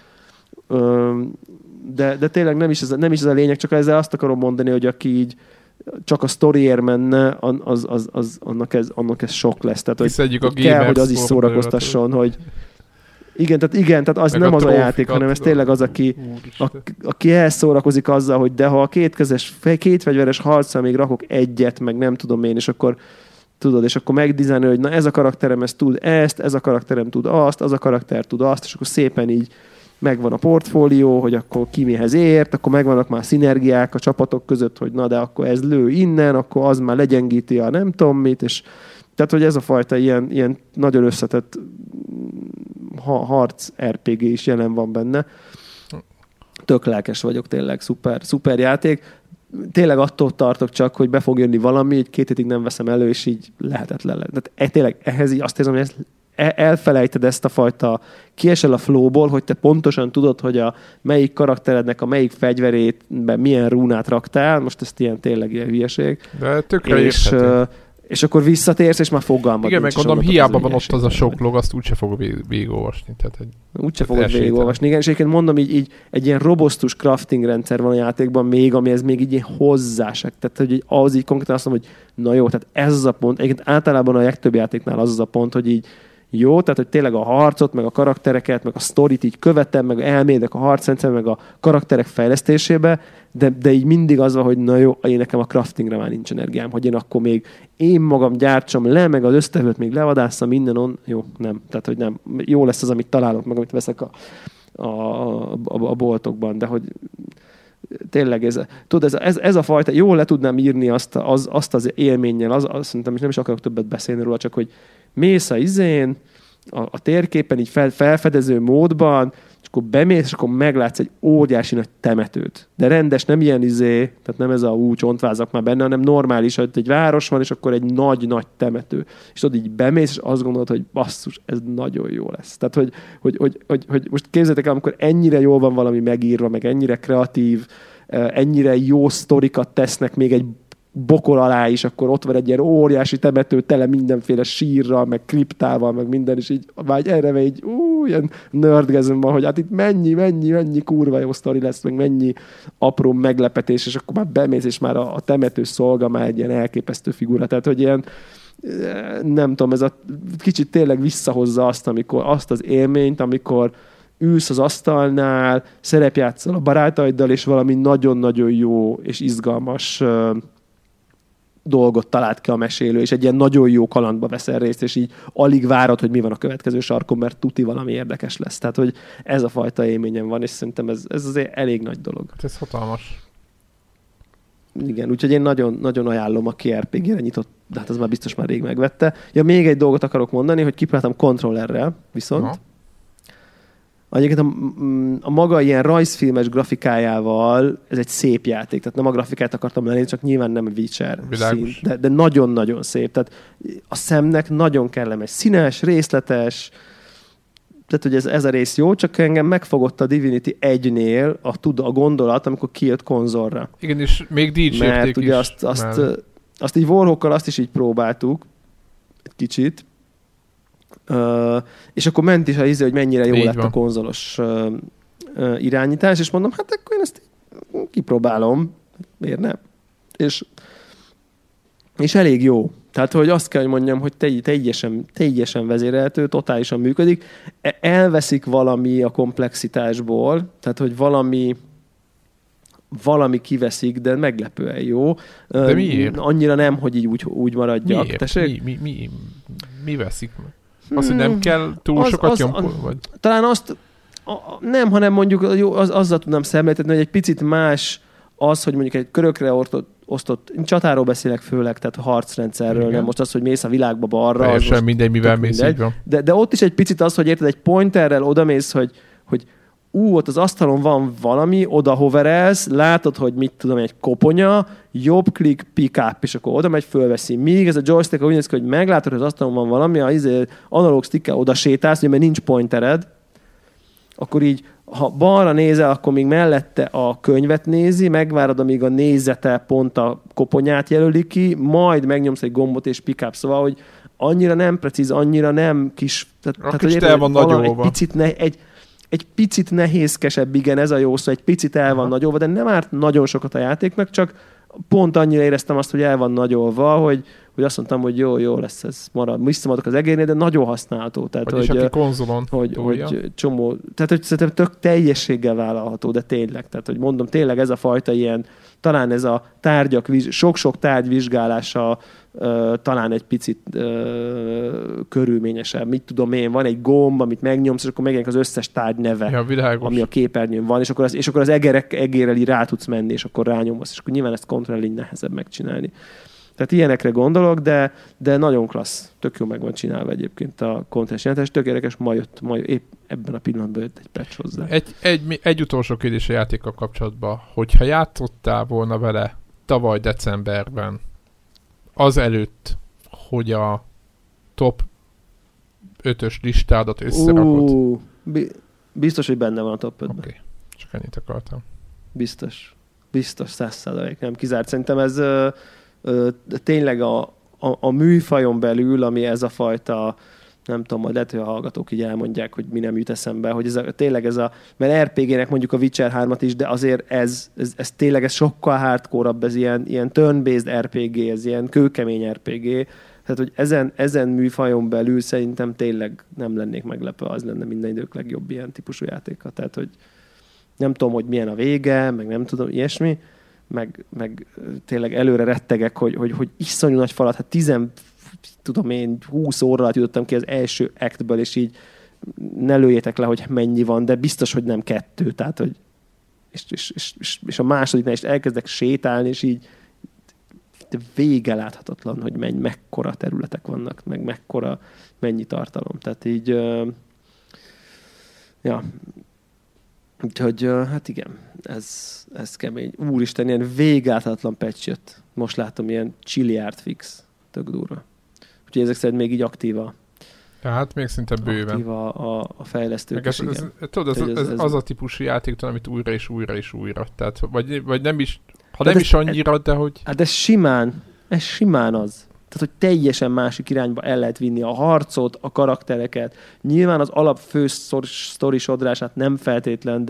De tényleg nem is ez a lényeg, csak ezzel azt akarom mondani, hogy aki így csak a sztoriért menne, annak ez sok lesz. Tehát, hogy kell, hogy az is szórakoztasson, hogy tehát az meg nem az a játék, hanem ez tényleg az, aki elszórakozik azzal, hogy de ha a két fegyveres harcra még rakok egyet, meg nem tudom én, és akkor tudod, és akkor megdizájnolja, hogy na ez a karakterem ez tud ezt, ez a karakterem tud azt, az a karakter tud azt, és akkor szépen így megvan a portfólió, hogy akkor ki mihez ért, akkor megvannak már szinergiák a csapatok között, hogy na de akkor ez lő innen, akkor az már legyengíti a nem tudom mit, és tehát, hogy ez a fajta ilyen nagyon összetett harc RPG is jelen van benne. Tök lelkes vagyok, tényleg szuper játék. Tényleg attól tartok csak, hogy be fog jönni valami, így 2 hétig nem veszem elő, és így lehetetlen lenne. Tehát tényleg ehhez így azt érzem, hogy elfelejted ezt a fajta, kiesel a flowból, hogy te pontosan tudod, hogy a melyik karakterednek a melyik fegyverétben milyen rúnát raktál, most ez tényleg ilyen hülyeség. De tökre érthető. És akkor visszatérsz, és már fogalmad. Igen, meg gondolom, hiába van ott az a sok log, azt úgyse fog végigolvasni. Úgyse fogod végigolvasni. Igen, és egyébként mondom, így egy ilyen robosztus crafting rendszer van a játékban még, amihez még így hozzásek. Tehát, hogy az így konkrétan azt mondom, hogy na jó, tehát ez az a pont. Egyébként általában a legtöbb játéknál az a pont, hogy így jó, tehát hogy tényleg a harcot, meg a karaktereket, meg a sztorit így követem, meg elmélyedek a harcrendszer, meg a karakterek fejlesztésébe, de így mindig az van, hogy na jó, én nekem a craftingra már nincs energiám, hogy én akkor még én magam gyártsam le, meg az összetevőt még levadásszam minden jó, nem. Tehát, hogy nem. Jó lesz az, amit találok, meg amit veszek a boltokban, de hogy tényleg ez a fajta, jól le tudnám írni azt az élménnyel, azt szerintem, és nem is akarok többet beszélni róla, csak hogy mész a izén, a térképen így felfedező módban, és akkor bemész, és akkor meglátsz egy óriási nagy temetőt. De rendes, nem ilyen tehát nem ez a csontvázak már benne, hanem normális, hogy egy város van, és akkor egy nagy-nagy temető. És tudod, így bemész, és azt gondolod, hogy basszus, ez nagyon jó lesz. Tehát, hogy most képzeljétek el, amikor ennyire jól van valami megírva, meg ennyire kreatív, ennyire jó sztorikat tesznek még egy bokor alá is, akkor ott van egy ilyen óriási temető, tele mindenféle sírral, meg kriptával, meg minden, és így már erre így ilyen nerdgezem van, hogy hát itt mennyi kurva jó sztori lesz, meg mennyi apró meglepetés, és akkor már bemész, és már a temető szolga már egy ilyen elképesztő figura. Tehát, hogy ilyen nem tudom, ez a kicsit tényleg visszahozza azt az élményt, amikor ülsz az asztalnál, szerepjátszol a barátaiddal, és valami nagyon-nagyon jó és izgalmas dolgot talált ki a mesélő, és egy ilyen nagyon jó kalandba veszel részt, és így alig várod, hogy mi van a következő sarkon, mert tuti valami érdekes lesz. Tehát, hogy ez a fajta élményem van, és szerintem ez azért elég nagy dolog. Ez hatalmas. Igen, úgyhogy én nagyon, nagyon ajánlom, aki RPG-re nyitott, de hát az már biztos már rég megvette. Ja, még egy dolgot akarok mondani, hogy kipróbáltam kontrollerrel, viszont. Aha. Egyébként a maga ilyen rajzfilmes grafikájával ez egy szép játék, tehát nem a grafikát akartam lenni, csak nyilván nem Witcher szín, de nagyon-nagyon szép. Tehát a szemnek nagyon kellemes, színes, részletes, tehát hogy ez a rész jó, csak engem megfogott a Divinity 1-nél a gondolat, amikor kijött konzolra. Igen, és még dicsérték mert ugye azt így Warhawkkal azt is így próbáltuk egy kicsit, és akkor ment is a izé, hogy mennyire jó lett a konzolos irányítás, és mondom, hát akkor én ezt kipróbálom. Miért nem? És elég jó. Tehát, hogy azt kell, hogy mondjam, hogy teljesen vezérelhető, totálisan működik. Elveszik valami a komplexitásból, tehát, hogy valami kiveszik, de meglepően jó. De miért? Annyira nem, hogy így úgy maradjak. Miért? Mi veszik meg? Azt, hogy nem kell túl sokat nyomkodni? Vagy? Talán azt nem, hanem mondjuk azzal tudnám szemléltetni, hogy egy picit más az, hogy mondjuk egy körökre osztott, csatáról beszélek főleg, tehát a harcrendszerről, igen. Nem most az, hogy mész a világba balra. Teljesen mindegy, mivel mész, így van. De ott is egy picit az, hogy érted, egy pointerrel odamész, hogy ott az asztalon van valami, oda hoverelsz, látod, hogy mit tudom, egy koponya, jobb klik, pick up, és akkor oda megy, fölveszi. Míg ez a joystick úgy néz ki, hogy meglátod, hogy az asztalon van valami, analóg stickkel oda sétálsz, mert nincs pointered, akkor így, ha balra nézel, akkor még mellette a könyvet nézi, megvárod, amíg a nézete pont a koponyát jelöli ki, majd megnyomsz egy gombot és pick up, szóval, hogy annyira nem precíz, annyira nem kis... Tehát kis el van nagyolva. Egy picit egy picit nehézkesebb, igen, ez a jó szó, egy picit el van nagyolva, de nem árt nagyon sokat a játéknak, csak pont annyira éreztem azt, hogy el van nagyolva, hogy azt mondtam, hogy jó lesz, ez marad. Visszamadok az egérnél, de nagyon használható. Tehát, vagyis aki konzolon hogy csomó, tehát hogy szerintem tök teljességgel vállalható, de tényleg. Tehát, hogy mondom, tényleg ez a fajta ilyen, talán ez a tárgyak, sok-sok tárgy vizsgálása talán egy picit körülményesebb. Mit tudom én, van egy gomb, amit megnyomsz, és akkor megjelenik az összes tárgy neve, ami a képernyőn van, és akkor az egérrel így rá tudsz menni, és akkor rányomsz, és akkor nyilván ezt kontroll így nehezebb megcsinálni. Tehát ilyenekre gondolok, de nagyon klassz. Tök jó meg van csinálva egyébként a kontinens jelentés. Tök érdekes, ma jött épp ebben a pillanatban jött egy patch hozzá. Egy utolsó kérdés a játékkal kapcsolatban. Hogyha játszottál volna vele tavaly decemberben, azelőtt, hogy a top 5-ös listádat összerakod. Biztos, hogy benne van a top 5-ben. Oké, csak ennyit akartam. Biztos 100%, nem kizárt. Szerintem ez tényleg a műfajon belül, ami ez a fajta, nem tudom, majd lehet, hogy a hallgatók így elmondják, hogy mi nem jut eszembe, hogy tényleg mert RPG-nek mondjuk a Witcher 3-at is, de azért ez tényleg sokkal hardcore-abb, ez ilyen turn-based RPG, ez ilyen kőkemény RPG, tehát, hogy ezen műfajon belül szerintem tényleg nem lennék meglepve, az lenne minden idők legjobb ilyen típusú játéka. Tehát, hogy nem tudom, hogy milyen a vége, meg nem tudom, ilyesmi, meg tényleg előre rettegek, hogy iszonyú nagy falat, hát 20 óra alatt jutottam ki az első actből, és így ne lőjétek le, hogy mennyi van, de biztos, hogy nem 2, tehát, hogy és a másodiknál is elkezdek sétálni, és így vége láthatatlan, hogy mekkora területek vannak, meg mennyi tartalom. Tehát így ja. Úgyhogy hát igen, ez kemény. Úristen, ilyen végáltatlan patch jött. Most látom, ilyen chiliárd fix. Tök durva. Úgyhogy ezek szerint még így aktíva. Tehát még szinte bőven. Aktíva a fejlesztők. Ez az a típusú játék, amit újra és újra és újra. Tehát, vagy nem is, ha nem is annyira, de hogy... Hát ez simán az. Tehát, hogy teljesen másik irányba el lehet vinni a harcot, a karaktereket. Nyilván az alap fő sztori sodrását nem feltétlen,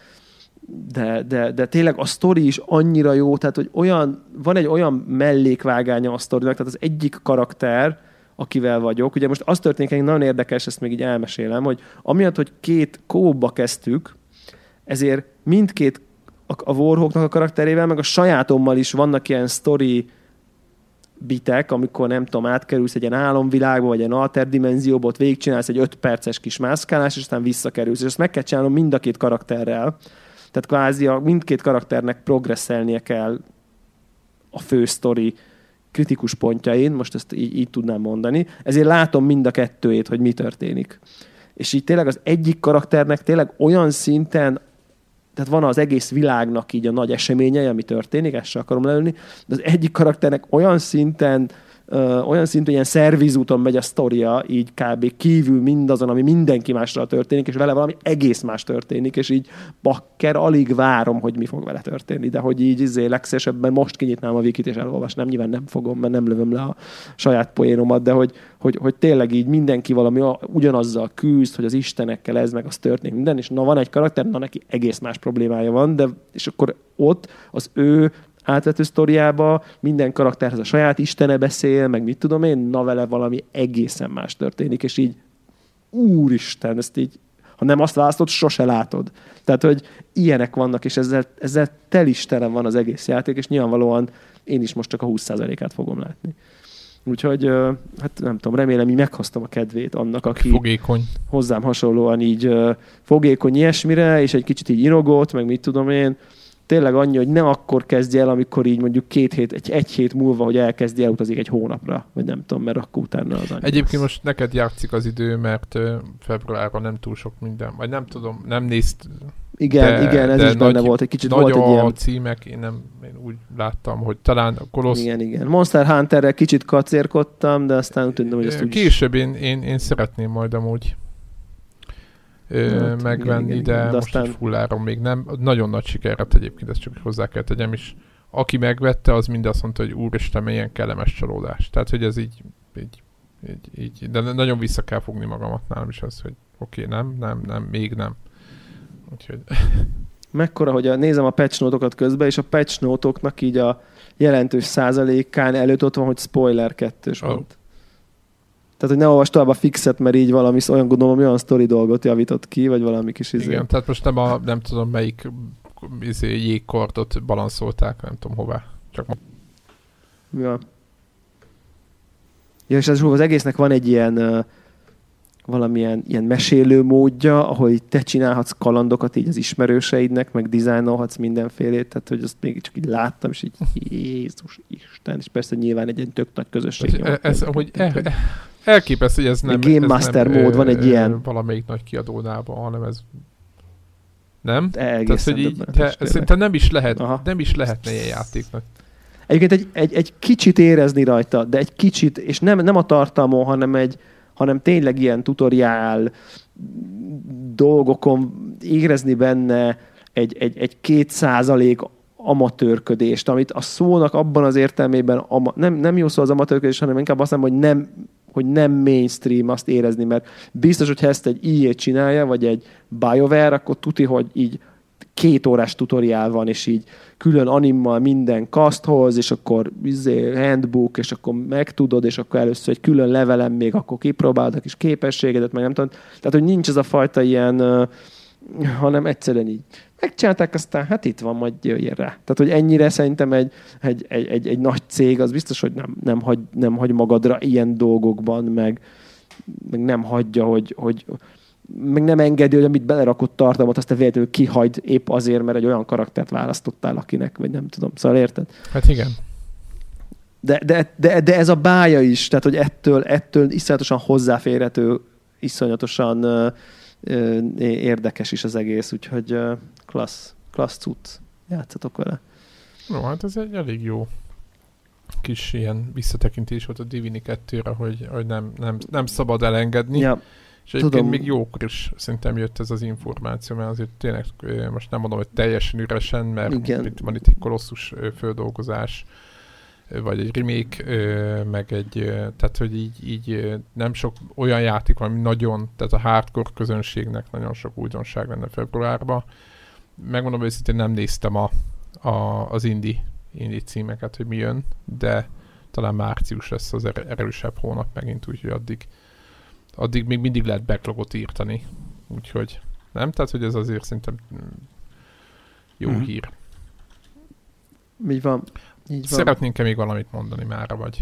de tényleg a sztori is annyira jó, tehát, hogy van egy olyan mellékvágánya a sztorinak, tehát az egyik karakter, akivel vagyok, ugye most az történik, nagyon érdekes, ezt még így elmesélem, hogy amiatt, hogy 2 co-ba kezdtük, ezért mindkét a Warhawknak a karakterével, meg a sajátommal is vannak ilyen sztori bitek, amikor nem tudom, átkerülsz egy ilyen álomvilágba, vagy egy alterdimenzióba, ott végigcsinálsz egy 5 perces kis mászkálás, és aztán visszakerülsz. És ezt meg kell csinálnom mind a 2 karakterrel. Tehát kvázi mindkét karakternek progresszelnie kell a fő sztori kritikus pontjain, most ezt így tudnám mondani. Ezért látom mind a 2-ét, hogy mi történik. És így tényleg az egyik karakternek tényleg olyan szinten, tehát van az egész világnak így a nagy eseményei, ami történik, ezt sem akarom leülni, de az egyik karakternek olyan szinten ilyen szervizúton megy a sztoria, így kb. Kívül mindazon, ami mindenki másra történik, és vele valami egész más történik, és így bakker, alig várom, hogy mi fog vele történni, de hogy így legszívesebben most kinyitnám a wikit és elolvasnám, nyilván nem fogom, mert nem lövöm le a saját poénomat, de hogy tényleg így mindenki valami ugyanazzal küzd, hogy az istenekkel ez meg az történik minden, és van egy karakter, neki egész más problémája van, és akkor ott az ő átvető sztoriába minden karakterhez a saját istene beszél, meg mit tudom én, vele valami egészen más történik, és így úristen, ezt így, ha nem azt választod, sose látod. Tehát, hogy ilyenek vannak, és ezzel telistelen van az egész játék, és nyilvánvalóan én is most csak a 20%-át fogom látni. Úgyhogy, hát nem tudom, remélem, így meghoztam a kedvét annak, aki fogékony. Hozzám hasonlóan így fogékony ilyesmire, és egy kicsit így irogott, meg mit tudom én, tényleg annyi, hogy ne akkor kezdje el, amikor így mondjuk egy hét múlva, hogy elkezdje, elutazik egy hónapra, vagy nem tudom, mert akkor utána az annyi. Egyébként most neked játszik az idő, mert februárban nem túl sok minden, vagy nem tudom, nem nézd. Igen, ez is benne volt, egy kicsit volt egy ilyen. A címek, én úgy láttam, hogy talán a Kolosz... Igen. Monster Hunterrel kicsit kacérkodtam, de aztán úgy tudom, hogy ezt úgy később én szeretném majd amúgy megvenni, igen, de most aztán... fulláron még nem. Nagyon nagy sikerret egyébként, ezt csak hozzá kell tegyem is. Aki megvette, az mind azt mondta, hogy úristen, milyen kellemes csalódás. Tehát, hogy ez így de nagyon vissza kell fogni magamat nálam is az, hogy oké, nem, még nem. Úgyhogy... Mekkora, hogy nézem a patch note-okat közben, és a patch note-oknak így a jelentős százalékán előtt ott van, hogy spoiler 2-s volt. Tehát, hogy ne olvasd tovább a fixet, mert így valami, olyan gondolom, hogy olyan sztori dolgot javított ki, vagy valami kis izé. Igen, tehát most nem tudom melyik jégkortot balanszolták, nem tudom hová. Csak ja. Ja, és az egésznek van egy ilyen valamilyen ilyen mesélő módja, ahol te csinálhatsz kalandokat így az ismerőseidnek, meg dizájnolhatsz mindenfélét, tehát hogy azt még csak így láttam, és így Jézus Isten, és persze nyilván egy tök nagy közösség. Ez, hogy elképesztő, hogy ez nem... Game Master mód van egy ilyen. Valamelyik nagy kiadónában, hanem ez... Nem? Egészen tehát, hogy szerintem nem is lehetne ilyen játéknak. Egyébként egy kicsit érezni rajta, de egy kicsit, és nem a tartalmon, hanem tényleg ilyen tutoriál dolgokon érezni benne egy 2% amatőrködést, amit a szónak abban az értelmében nem jó szó az amatőrködés, hanem inkább azt mondom, hogy nem mainstream azt érezni, mert biztos, hogy ha ezt egy EA csinálja, vagy egy BioWare, akkor tuti, hogy így 2 órás tutoriál van, és így külön animmal minden kaszthoz, és akkor handbook, és akkor megtudod, és akkor először egy külön levelem még akkor kipróbálod a kis képességedet, meg nem tudom. Tehát, hogy nincs ez a fajta ilyen, hanem egyszerűen így megcsinálták, aztán hát itt van, majd jöjjön rá. Tehát, hogy ennyire szerintem egy nagy cég, az biztos, hogy nem hagy magadra ilyen dolgokban, meg nem hagyja, hogy meg nem engedi, hogy amit belerakott tartalmat, azt te véletlenül kihagyd épp azért, mert egy olyan karaktert választottál, akinek, vagy nem tudom. Szóval érted? Hát igen. De ez a bája is, tehát, hogy ettől iszonyatosan hozzáférhető, iszonyatosan érdekes is az egész, úgyhogy klassz cucc. Játszatok vele. No, hát ez egy elég jó kis ilyen visszatekintés volt a Divinity 2-re, hogy nem szabad elengedni. Ja. És egyébként még jókor is szerintem jött ez az információ, mert azért tényleg most nem mondom, hogy teljesen üresen, mert itt van itt egy kolosszus földolgozás, vagy egy remake, meg tehát hogy így nem sok olyan játék van, ami nagyon, tehát a hardcore közönségnek nagyon sok újdonság lenne februárban. Megmondom, hogy őszintén nem néztem az indie címeket, hogy mi jön, de talán március lesz az erősebb hónap megint, úgyhogy addig még mindig lehet backlogot írtani. Úgyhogy nem? Tehát, hogy ez azért szerintem jó hír. Így van. Szeretnénk-e még valamit mondani mára, vagy?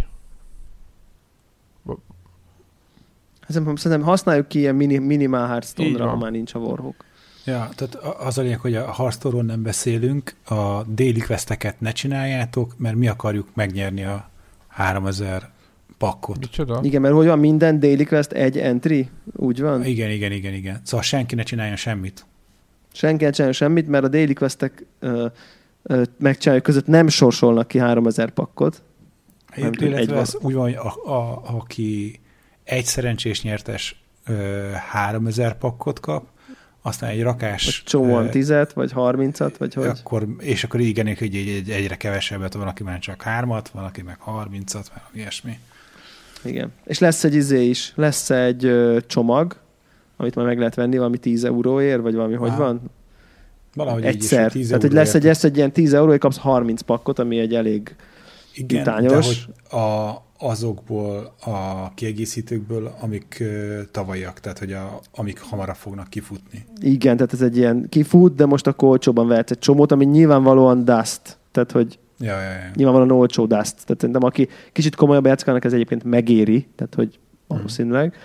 Szerintem használjuk ki ilyen minimál Hearthstone-ra, ha már nincs a Warhawk. Ja, tehát az a lényeg, hogy a Hearthstone-ról nem beszélünk, a daily questeket ne csináljátok, mert mi akarjuk megnyerni a 3000 pakkot. Micsoda? Igen, mert hogy van minden daily quest egy entry? Úgy van? Igen. Szóval senki ne csináljon semmit. Senki ne csináljon semmit, mert a daily questek megcsináljuk között nem sorsolnak ki 3000 pakkot. Illetve ez úgy van, hogy aki egy szerencsés nyertes 3000 pakkot kap, aztán egy rakás... Vagy csomóan 10-et, vagy 30-at, vagy hogy? És akkor igen, hogy egyre kevesebbet, van, aki már csak 3-at, van, aki meg 30-at, vagy ilyesmi. Igen. És lesz egy is, lesz egy csomag, amit már meg lehet venni valami 10 euróért, vagy valami, hogy van? Valahogy egyszer. Így is, tehát, hogy lesz egy ilyen 10 euróért, kapsz 30 pakkot, ami egy elég titányos. De hogy azokból a kiegészítőkből, amik tavalyiak, tehát hogy amik hamarabb fognak kifutni. Igen, tehát ez egy ilyen kifut, de most akkor olcsóban vehetsz egy csomót, ami nyilvánvalóan dust. Tehát, hogy nyilvánvalóan olcsó dust. Tehát szerintem, aki kicsit komolyabb játszik, ez egyébként megéri, tehát, hogy valószínűleg.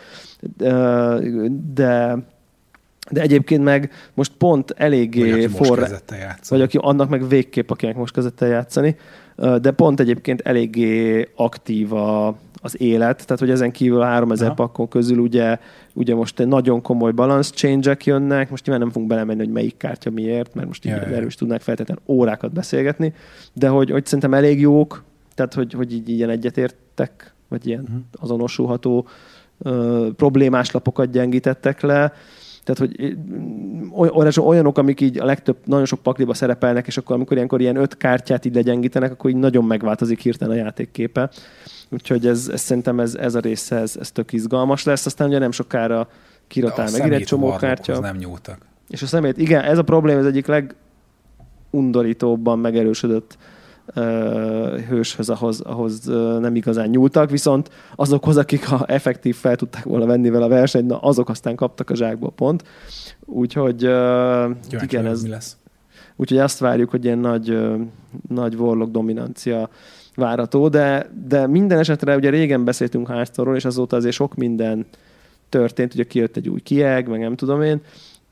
De egyébként meg most pont eléggé vagy aki annak meg végképp, akinek most kezdett el játszani, de pont egyébként eléggé aktív az élet, tehát hogy ezen kívül a 3000 pakkon közül ugye most egy nagyon komoly balance change-ek jönnek, most nyilván nem fogunk belemenni, hogy melyik kártya miért, mert most így erről is tudnák feltétlenül órákat beszélgetni, de hogy szerintem elég jók, tehát hogy így ilyen egyetértek, vagy ilyen azonosulható problémás lapokat gyengítettek le. Tehát, hogy olyanok, amik így a legtöbb, nagyon sok pakliba szerepelnek, és akkor amikor ilyenkor ilyen 5 kártyát így legyengítenek, akkor így nagyon megváltozik hirtelen a játékképe. Úgyhogy szerintem ez a része, ez tök izgalmas lesz. Aztán ugye nem sokára kiratál megint egy csomó kártya. Nem nyúltak. És a szemét, igen, ez a probléma az egyik legundorítóbban megerősödött hőshöz, ahhoz nem igazán nyúltak, viszont azokhoz, akik effektív fel tudták volna venni vele a versenyt, na azok aztán kaptak a zsákból pont. Úgyhogy igen, ez... Mi lesz? Úgyhogy azt várjuk, hogy ilyen nagy Warlock dominancia várható, de minden esetre ugye régen beszéltünk Hearthstone-ról, és azóta azért sok minden történt, ugye kijött egy új kieg, meg nem tudom én.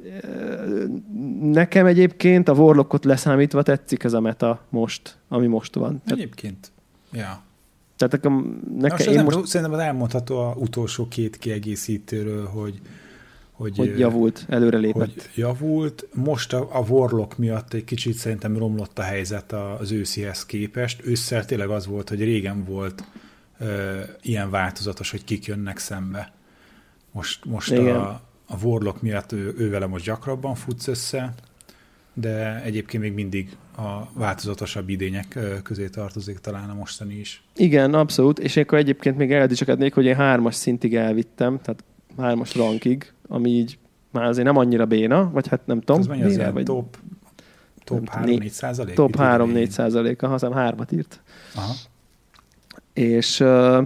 Nekem egyébként a Warlockot leszámítva tetszik ez a meta most, ami most van. Egyébként, ja. Tehát szerintem az elmondható az utolsó 2 kiegészítőről, hogy javult, előrelépett. Hogy javult. Most a Warlock miatt egy kicsit szerintem romlott a helyzet az őszihez képest. Ősszel tényleg az volt, hogy régen volt ilyen változatos, hogy kik jönnek szembe. Most a Warlock miatt ővele most gyakrabban futsz össze, de egyébként még mindig a változatosabb idények közé tartozik talán a mostani is. Igen, abszolút, és akkor egyébként még eldicsekednék, hogy én 3-as szintig elvittem, tehát 3-as rankig, ami így már azért nem annyira béna, vagy hát nem tudom. Ez mennyi az vagy top 3-4%? Top 3-4%-a, ha hiszem 3-at írt. Aha. És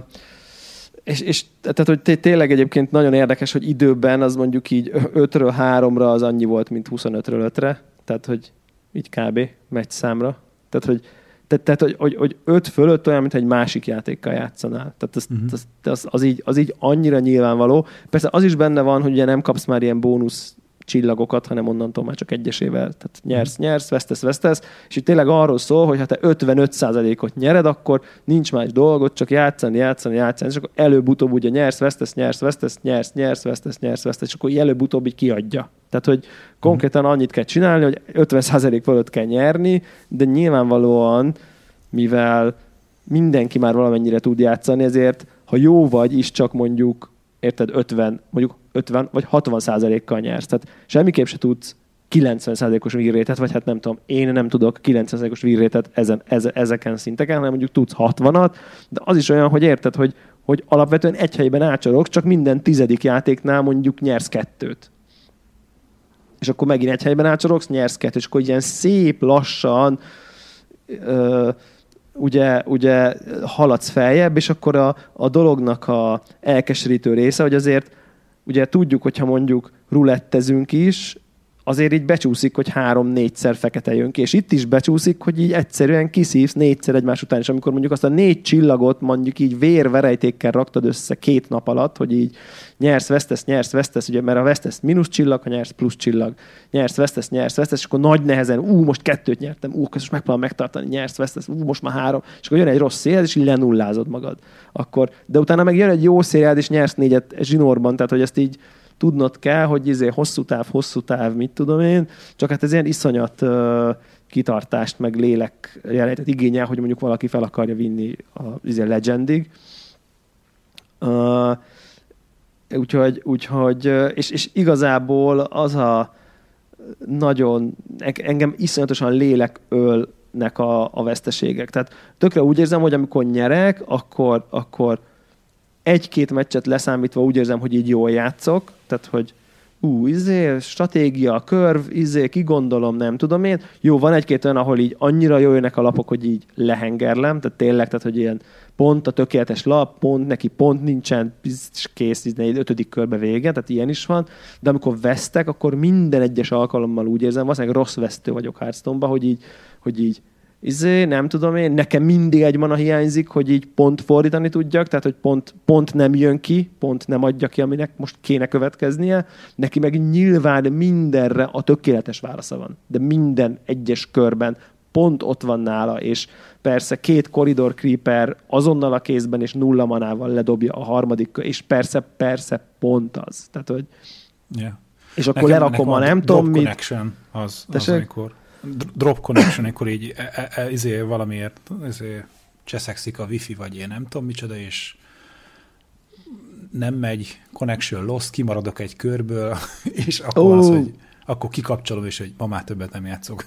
tehát, hogy tényleg egyébként nagyon érdekes, hogy időben az mondjuk így 5-ről 3-ra az annyi volt, mint 25-ről 5-re, tehát, hogy így kb. Megy számra. Tehát, hogy 5 fölött olyan, mint egy másik játékkal játszanál. Tehát az így annyira nyilvánvaló. Persze az is benne van, hogy ugye nem kapsz már ilyen bónusz csillagokat, hanem onnantól már csak egyesével. Tehát nyersz, vesztesz, és itt tényleg arról szól, hogy ha te 55%-ot nyered, akkor nincs más dolgot, csak játszani, és akkor előbb-utóbb ugye nyersz, vesztesz, és akkor előbb-utóbb így kiadja. Tehát, hogy konkrétan annyit kell csinálni, hogy 50% fölött kell nyerni, de nyilvánvalóan, mivel mindenki már valamennyire tud játszani, ezért, ha jó vagy is csak mondjuk, érted, 50 vagy 60%-kal nyersz. Tehát semmiképp se tudsz 90%-os win-rate-et, vagy hát nem tudom, én nem tudok 90%-os win-rate-et ezeken szinteken, hanem mondjuk tudsz 60-at, de az is olyan, hogy érted, hogy alapvetően egy helyben ácsorogsz, csak minden 10. játéknál mondjuk nyersz 2-t. És akkor megint egy helyben ácsorogsz, nyersz 2-t, és akkor ilyen szép lassan ugye haladsz feljebb, és akkor a dolognak a elkeserítő része, hogy azért ugye tudjuk, hogyha mondjuk rulettezünk is, azért így becsúszik, hogy 3-4-szer fekete jön ki, és itt is becsúszik, hogy így egyszerűen kiszívsz 4-szer egymás után, és amikor mondjuk azt a 4 csillagot mondjuk így vérverejtékkel raktad össze 2 nap alatt, hogy így nyersz, vesztesz, ugye, mert a vesztesz mínusz csillag, ha nyersz plusz csillag, nyersz, vesztesz, és akkor nagy nehezen, most 2-t nyertem, most megpróbálom megtartani, nyersz, vesztesz, most már 3, és akkor jön egy rossz szél, és így lenullázod magad. Akkor, de utána meg jön egy jó szél, és nyersz 4-et zsinórban, tehát hogy ezt így tudnod kell, hogy hosszú táv, mit tudom én, csak hát ez ilyen iszonyat kitartást, meg lélek jelenetet igényel, hogy mondjuk valaki fel akarja vinni a Legendig. Úgyhogy és igazából az a nagyon, engem iszonyatosan lélekölnek a veszteségek. Tehát tökre úgy érzem, hogy amikor nyerek, akkor 1-2 meccset leszámítva úgy érzem, hogy így jól játszok, tehát hogy stratégia, curve, kigondolom, nem tudom én. Jó, van 1-2 olyan, ahol így annyira jól jönnek a lapok, hogy így lehengerlem, tehát tényleg, tehát hogy ilyen pont a tökéletes lap, neki pont nincsen, kész, 5. körbe vége, tehát ilyen is van, de amikor vesztek, akkor minden egyes alkalommal úgy érzem, valószínűleg rossz vesztő vagyok Hearthstone-ban, hogy így nem tudom én, nekem mindig egy mana hiányzik, hogy így pont fordítani tudjak, tehát hogy pont nem jön ki, pont nem adja ki, aminek most kéne következnie. Neki meg nyilván mindenre a tökéletes válasza van, de minden egyes körben pont ott van nála, és persze 2 Corridor Creeper azonnal a kézben, és 0 manával ledobja a harmadik kör, és persze pont az. Tehát, hogy... Yeah. És akkor lerakom a nem tudom mit. Connection az amikor drop connection, akkor így valamiért cseszekszik a wifi, vagy én nem tudom micsoda, és nem megy, connection lost, kimaradok egy körből, és akkor az, hogy akkor kikapcsolom, és hogy ma már többet nem játszok.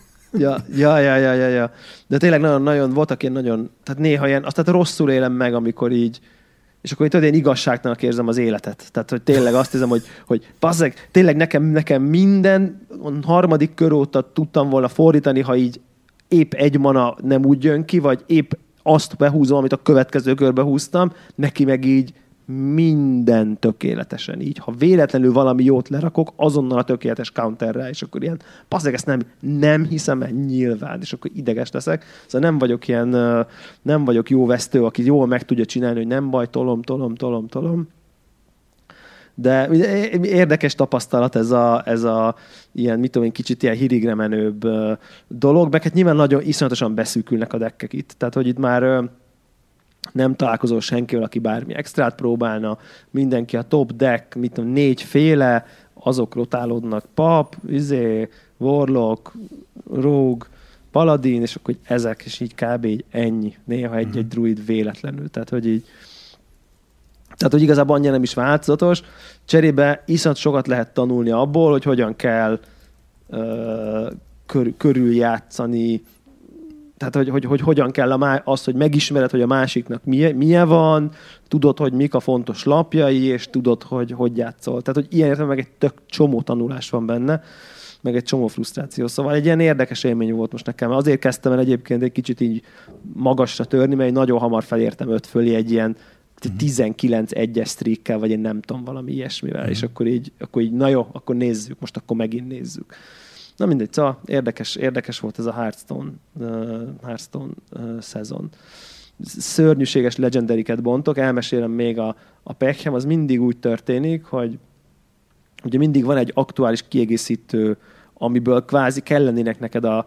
Ja. De tényleg nagyon voltak ilyen nagyon, tehát néha ilyen, azt tehát rosszul élem meg, amikor így És akkor itt én igazságtalannak érzem az életet. Tehát, hogy tényleg azt hiszem, hogy bazzeg, tényleg nekem minden harmadik kör óta tudtam volna fordítani, ha így épp egy mana nem úgy jön ki, vagy épp azt behúzom, amit a következő körbe húztam, neki meg így minden tökéletesen így. Ha véletlenül valami jót lerakok, azonnal a tökéletes counterre, és akkor ilyen, bazzeg, ezt nem hiszem el nyilván, és akkor ideges leszek. Szóval nem vagyok jó vesztő, aki jól meg tudja csinálni, hogy nem baj, tolom. De érdekes tapasztalat ez a ilyen, mit tudom én, kicsit ilyen hirigre menőbb dolog, meg hát nyilván nagyon iszonyatosan beszűkülnek a deckek itt. Tehát, hogy itt már nem találkozol senkivel, aki bármi extrát próbálna, mindenki a top deck, mit tudom, 4 féle, azok rotálódnak, pap, warlock, rogue, paladin, és akkor ezek, és így kb. Így ennyi. Néha egy druid véletlenül. Tehát, hogy igazából annyira nem is változatos. Cserébe iszonyat sokat lehet tanulni abból, hogy hogyan kell körüljátszani, tehát, hogy hogyan kell azt, hogy megismered, hogy a másiknak milyen van, tudod, hogy mik a fontos lapjai, és tudod, hogy játszol. Tehát, hogy ilyen értelemben meg egy tök csomó tanulás van benne, meg egy csomó frusztráció. Szóval egy ilyen érdekes élmény volt most nekem. Azért kezdtem el egyébként egy kicsit így magasra törni, mert nagyon hamar felértem 5 fölé egy ilyen 19-1-es streakkel, vagy én nem tudom, valami ilyesmivel. És akkor így, na jó, akkor nézzük, most akkor megint nézzük. Na mindegy, szóval érdekes volt ez a Hearthstone szezon. Szörnyűséges legendariket bontok, elmesélem még a pekhem, az mindig úgy történik, hogy ugye mindig van egy aktuális kiegészítő, amiből kvázi kellenének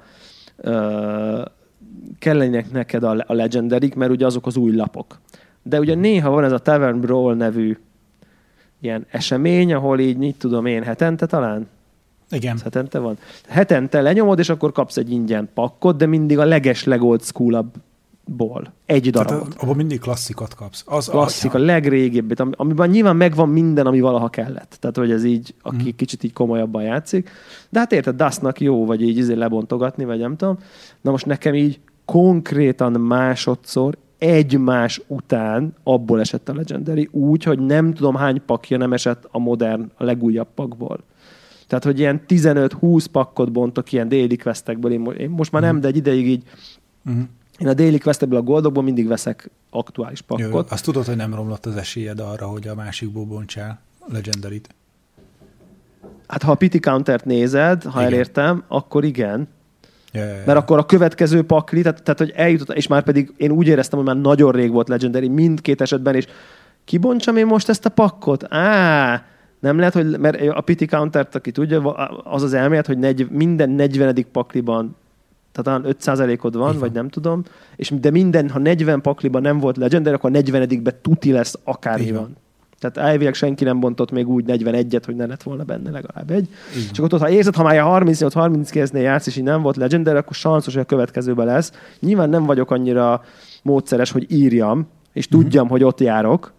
neked a legendarik, mert ugye azok az új lapok. De ugye néha van ez a Tavern Brawl nevű ilyen esemény, ahol így, mit tudom én, hetente talán? Igen. Ez hetente van. Hetente lenyomod, és akkor kapsz egy ingyen pakkot, de mindig a legold school-ból. Egy darabot. Tehát abban mindig klasszikot kapsz. Klasszik, a legrégibbet, amiben nyilván megvan minden, ami valaha kellett. Tehát, hogy ez így, aki kicsit így komolyabban játszik. De hát érted, Dustnak jó, vagy így lebontogatni, vagy nem tudom. Na most nekem így konkrétan másodszor egymás után abból esett a Legendary, úgy, hogy nem tudom hány pakja nem esett a modern, a legújabb pakból. Tehát, hogy ilyen 15-20 pakkot bontok ilyen daily questekből. Én most már nem, de egy ideig így én a daily questekből a goldokból mindig veszek aktuális pakkot. Jó, azt tudod, hogy nem romlott az esélyed arra, hogy a másikból bontsál Legendaryt? Hát ha a pity countert nézed, ha igen. Elértem, akkor igen. Ja. Mert akkor a következő pakli, tehát hogy eljutott, és már pedig én úgy éreztem, hogy már nagyon rég volt Legendary mindkét esetben, és kibontsam én most ezt a pakkot? Nem lehet, hogy, mert a pity countert, aki tudja, az elmélet, hogy minden 40. pakliban, tehát talán 5%-od van, igen. Vagy nem tudom, de ha 40 pakliban nem volt Legendary, akkor a 40-ben tuti lesz akármi van. Tehát elvileg senki nem bontott még úgy 41-et, hogy ne lett volna benne legalább egy. Igen. Csak ott, ha érzed, ha már 38-39-nél játsz, és így nem volt Legendary, akkor sanszos, hogy a következőben lesz. Nyilván nem vagyok annyira módszeres, hogy írjam, és tudjam, hogy ott járok.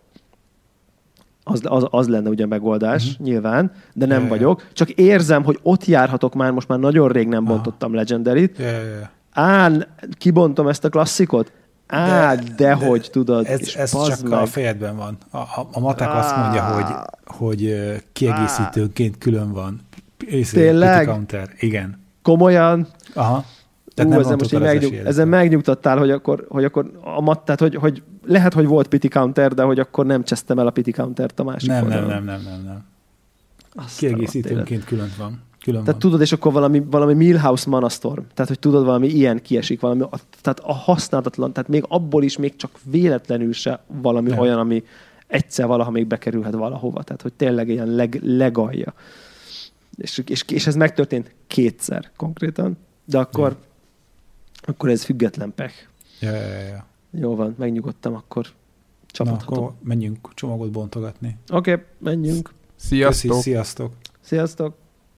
Az lenne ugye a megoldás, nyilván, de nem vagyok. Csak érzem, hogy ott járhatok már, most már nagyon rég nem bontottam Legendaryt. Kibontom ezt a klasszikot? Dehogy tudod. Ez csak meg. A fejedben van. A matek azt mondja, hogy kiegészítőként külön van. Tényleg? Counter. Igen. Komolyan? Aha. Tehát ezen megnyugtattál, hogy akkor tehát, hogy lehet, hogy volt pity counter, de hogy akkor nem csesztem el a pity countert a másik oldalon. Nem. Kiegészítőnként külön van. Tehát tudod, és akkor valami Millhouse Manastorm, tehát hogy tudod, valami ilyen kiesik, tehát a használatlan, tehát még abból is még csak véletlenül se valami olyan, ami egyszer valaha még bekerülhet valahova, tehát hogy tényleg ilyen legalja. És ez megtörtént 2-szer konkrétan, de akkor ez független pech. Ja. Jó van, megnyugodtam, akkor csapathatom. Na, akkor menjünk csomagot bontogatni. Oké, menjünk. Sziasztok! Sziasztok! Sziasztok!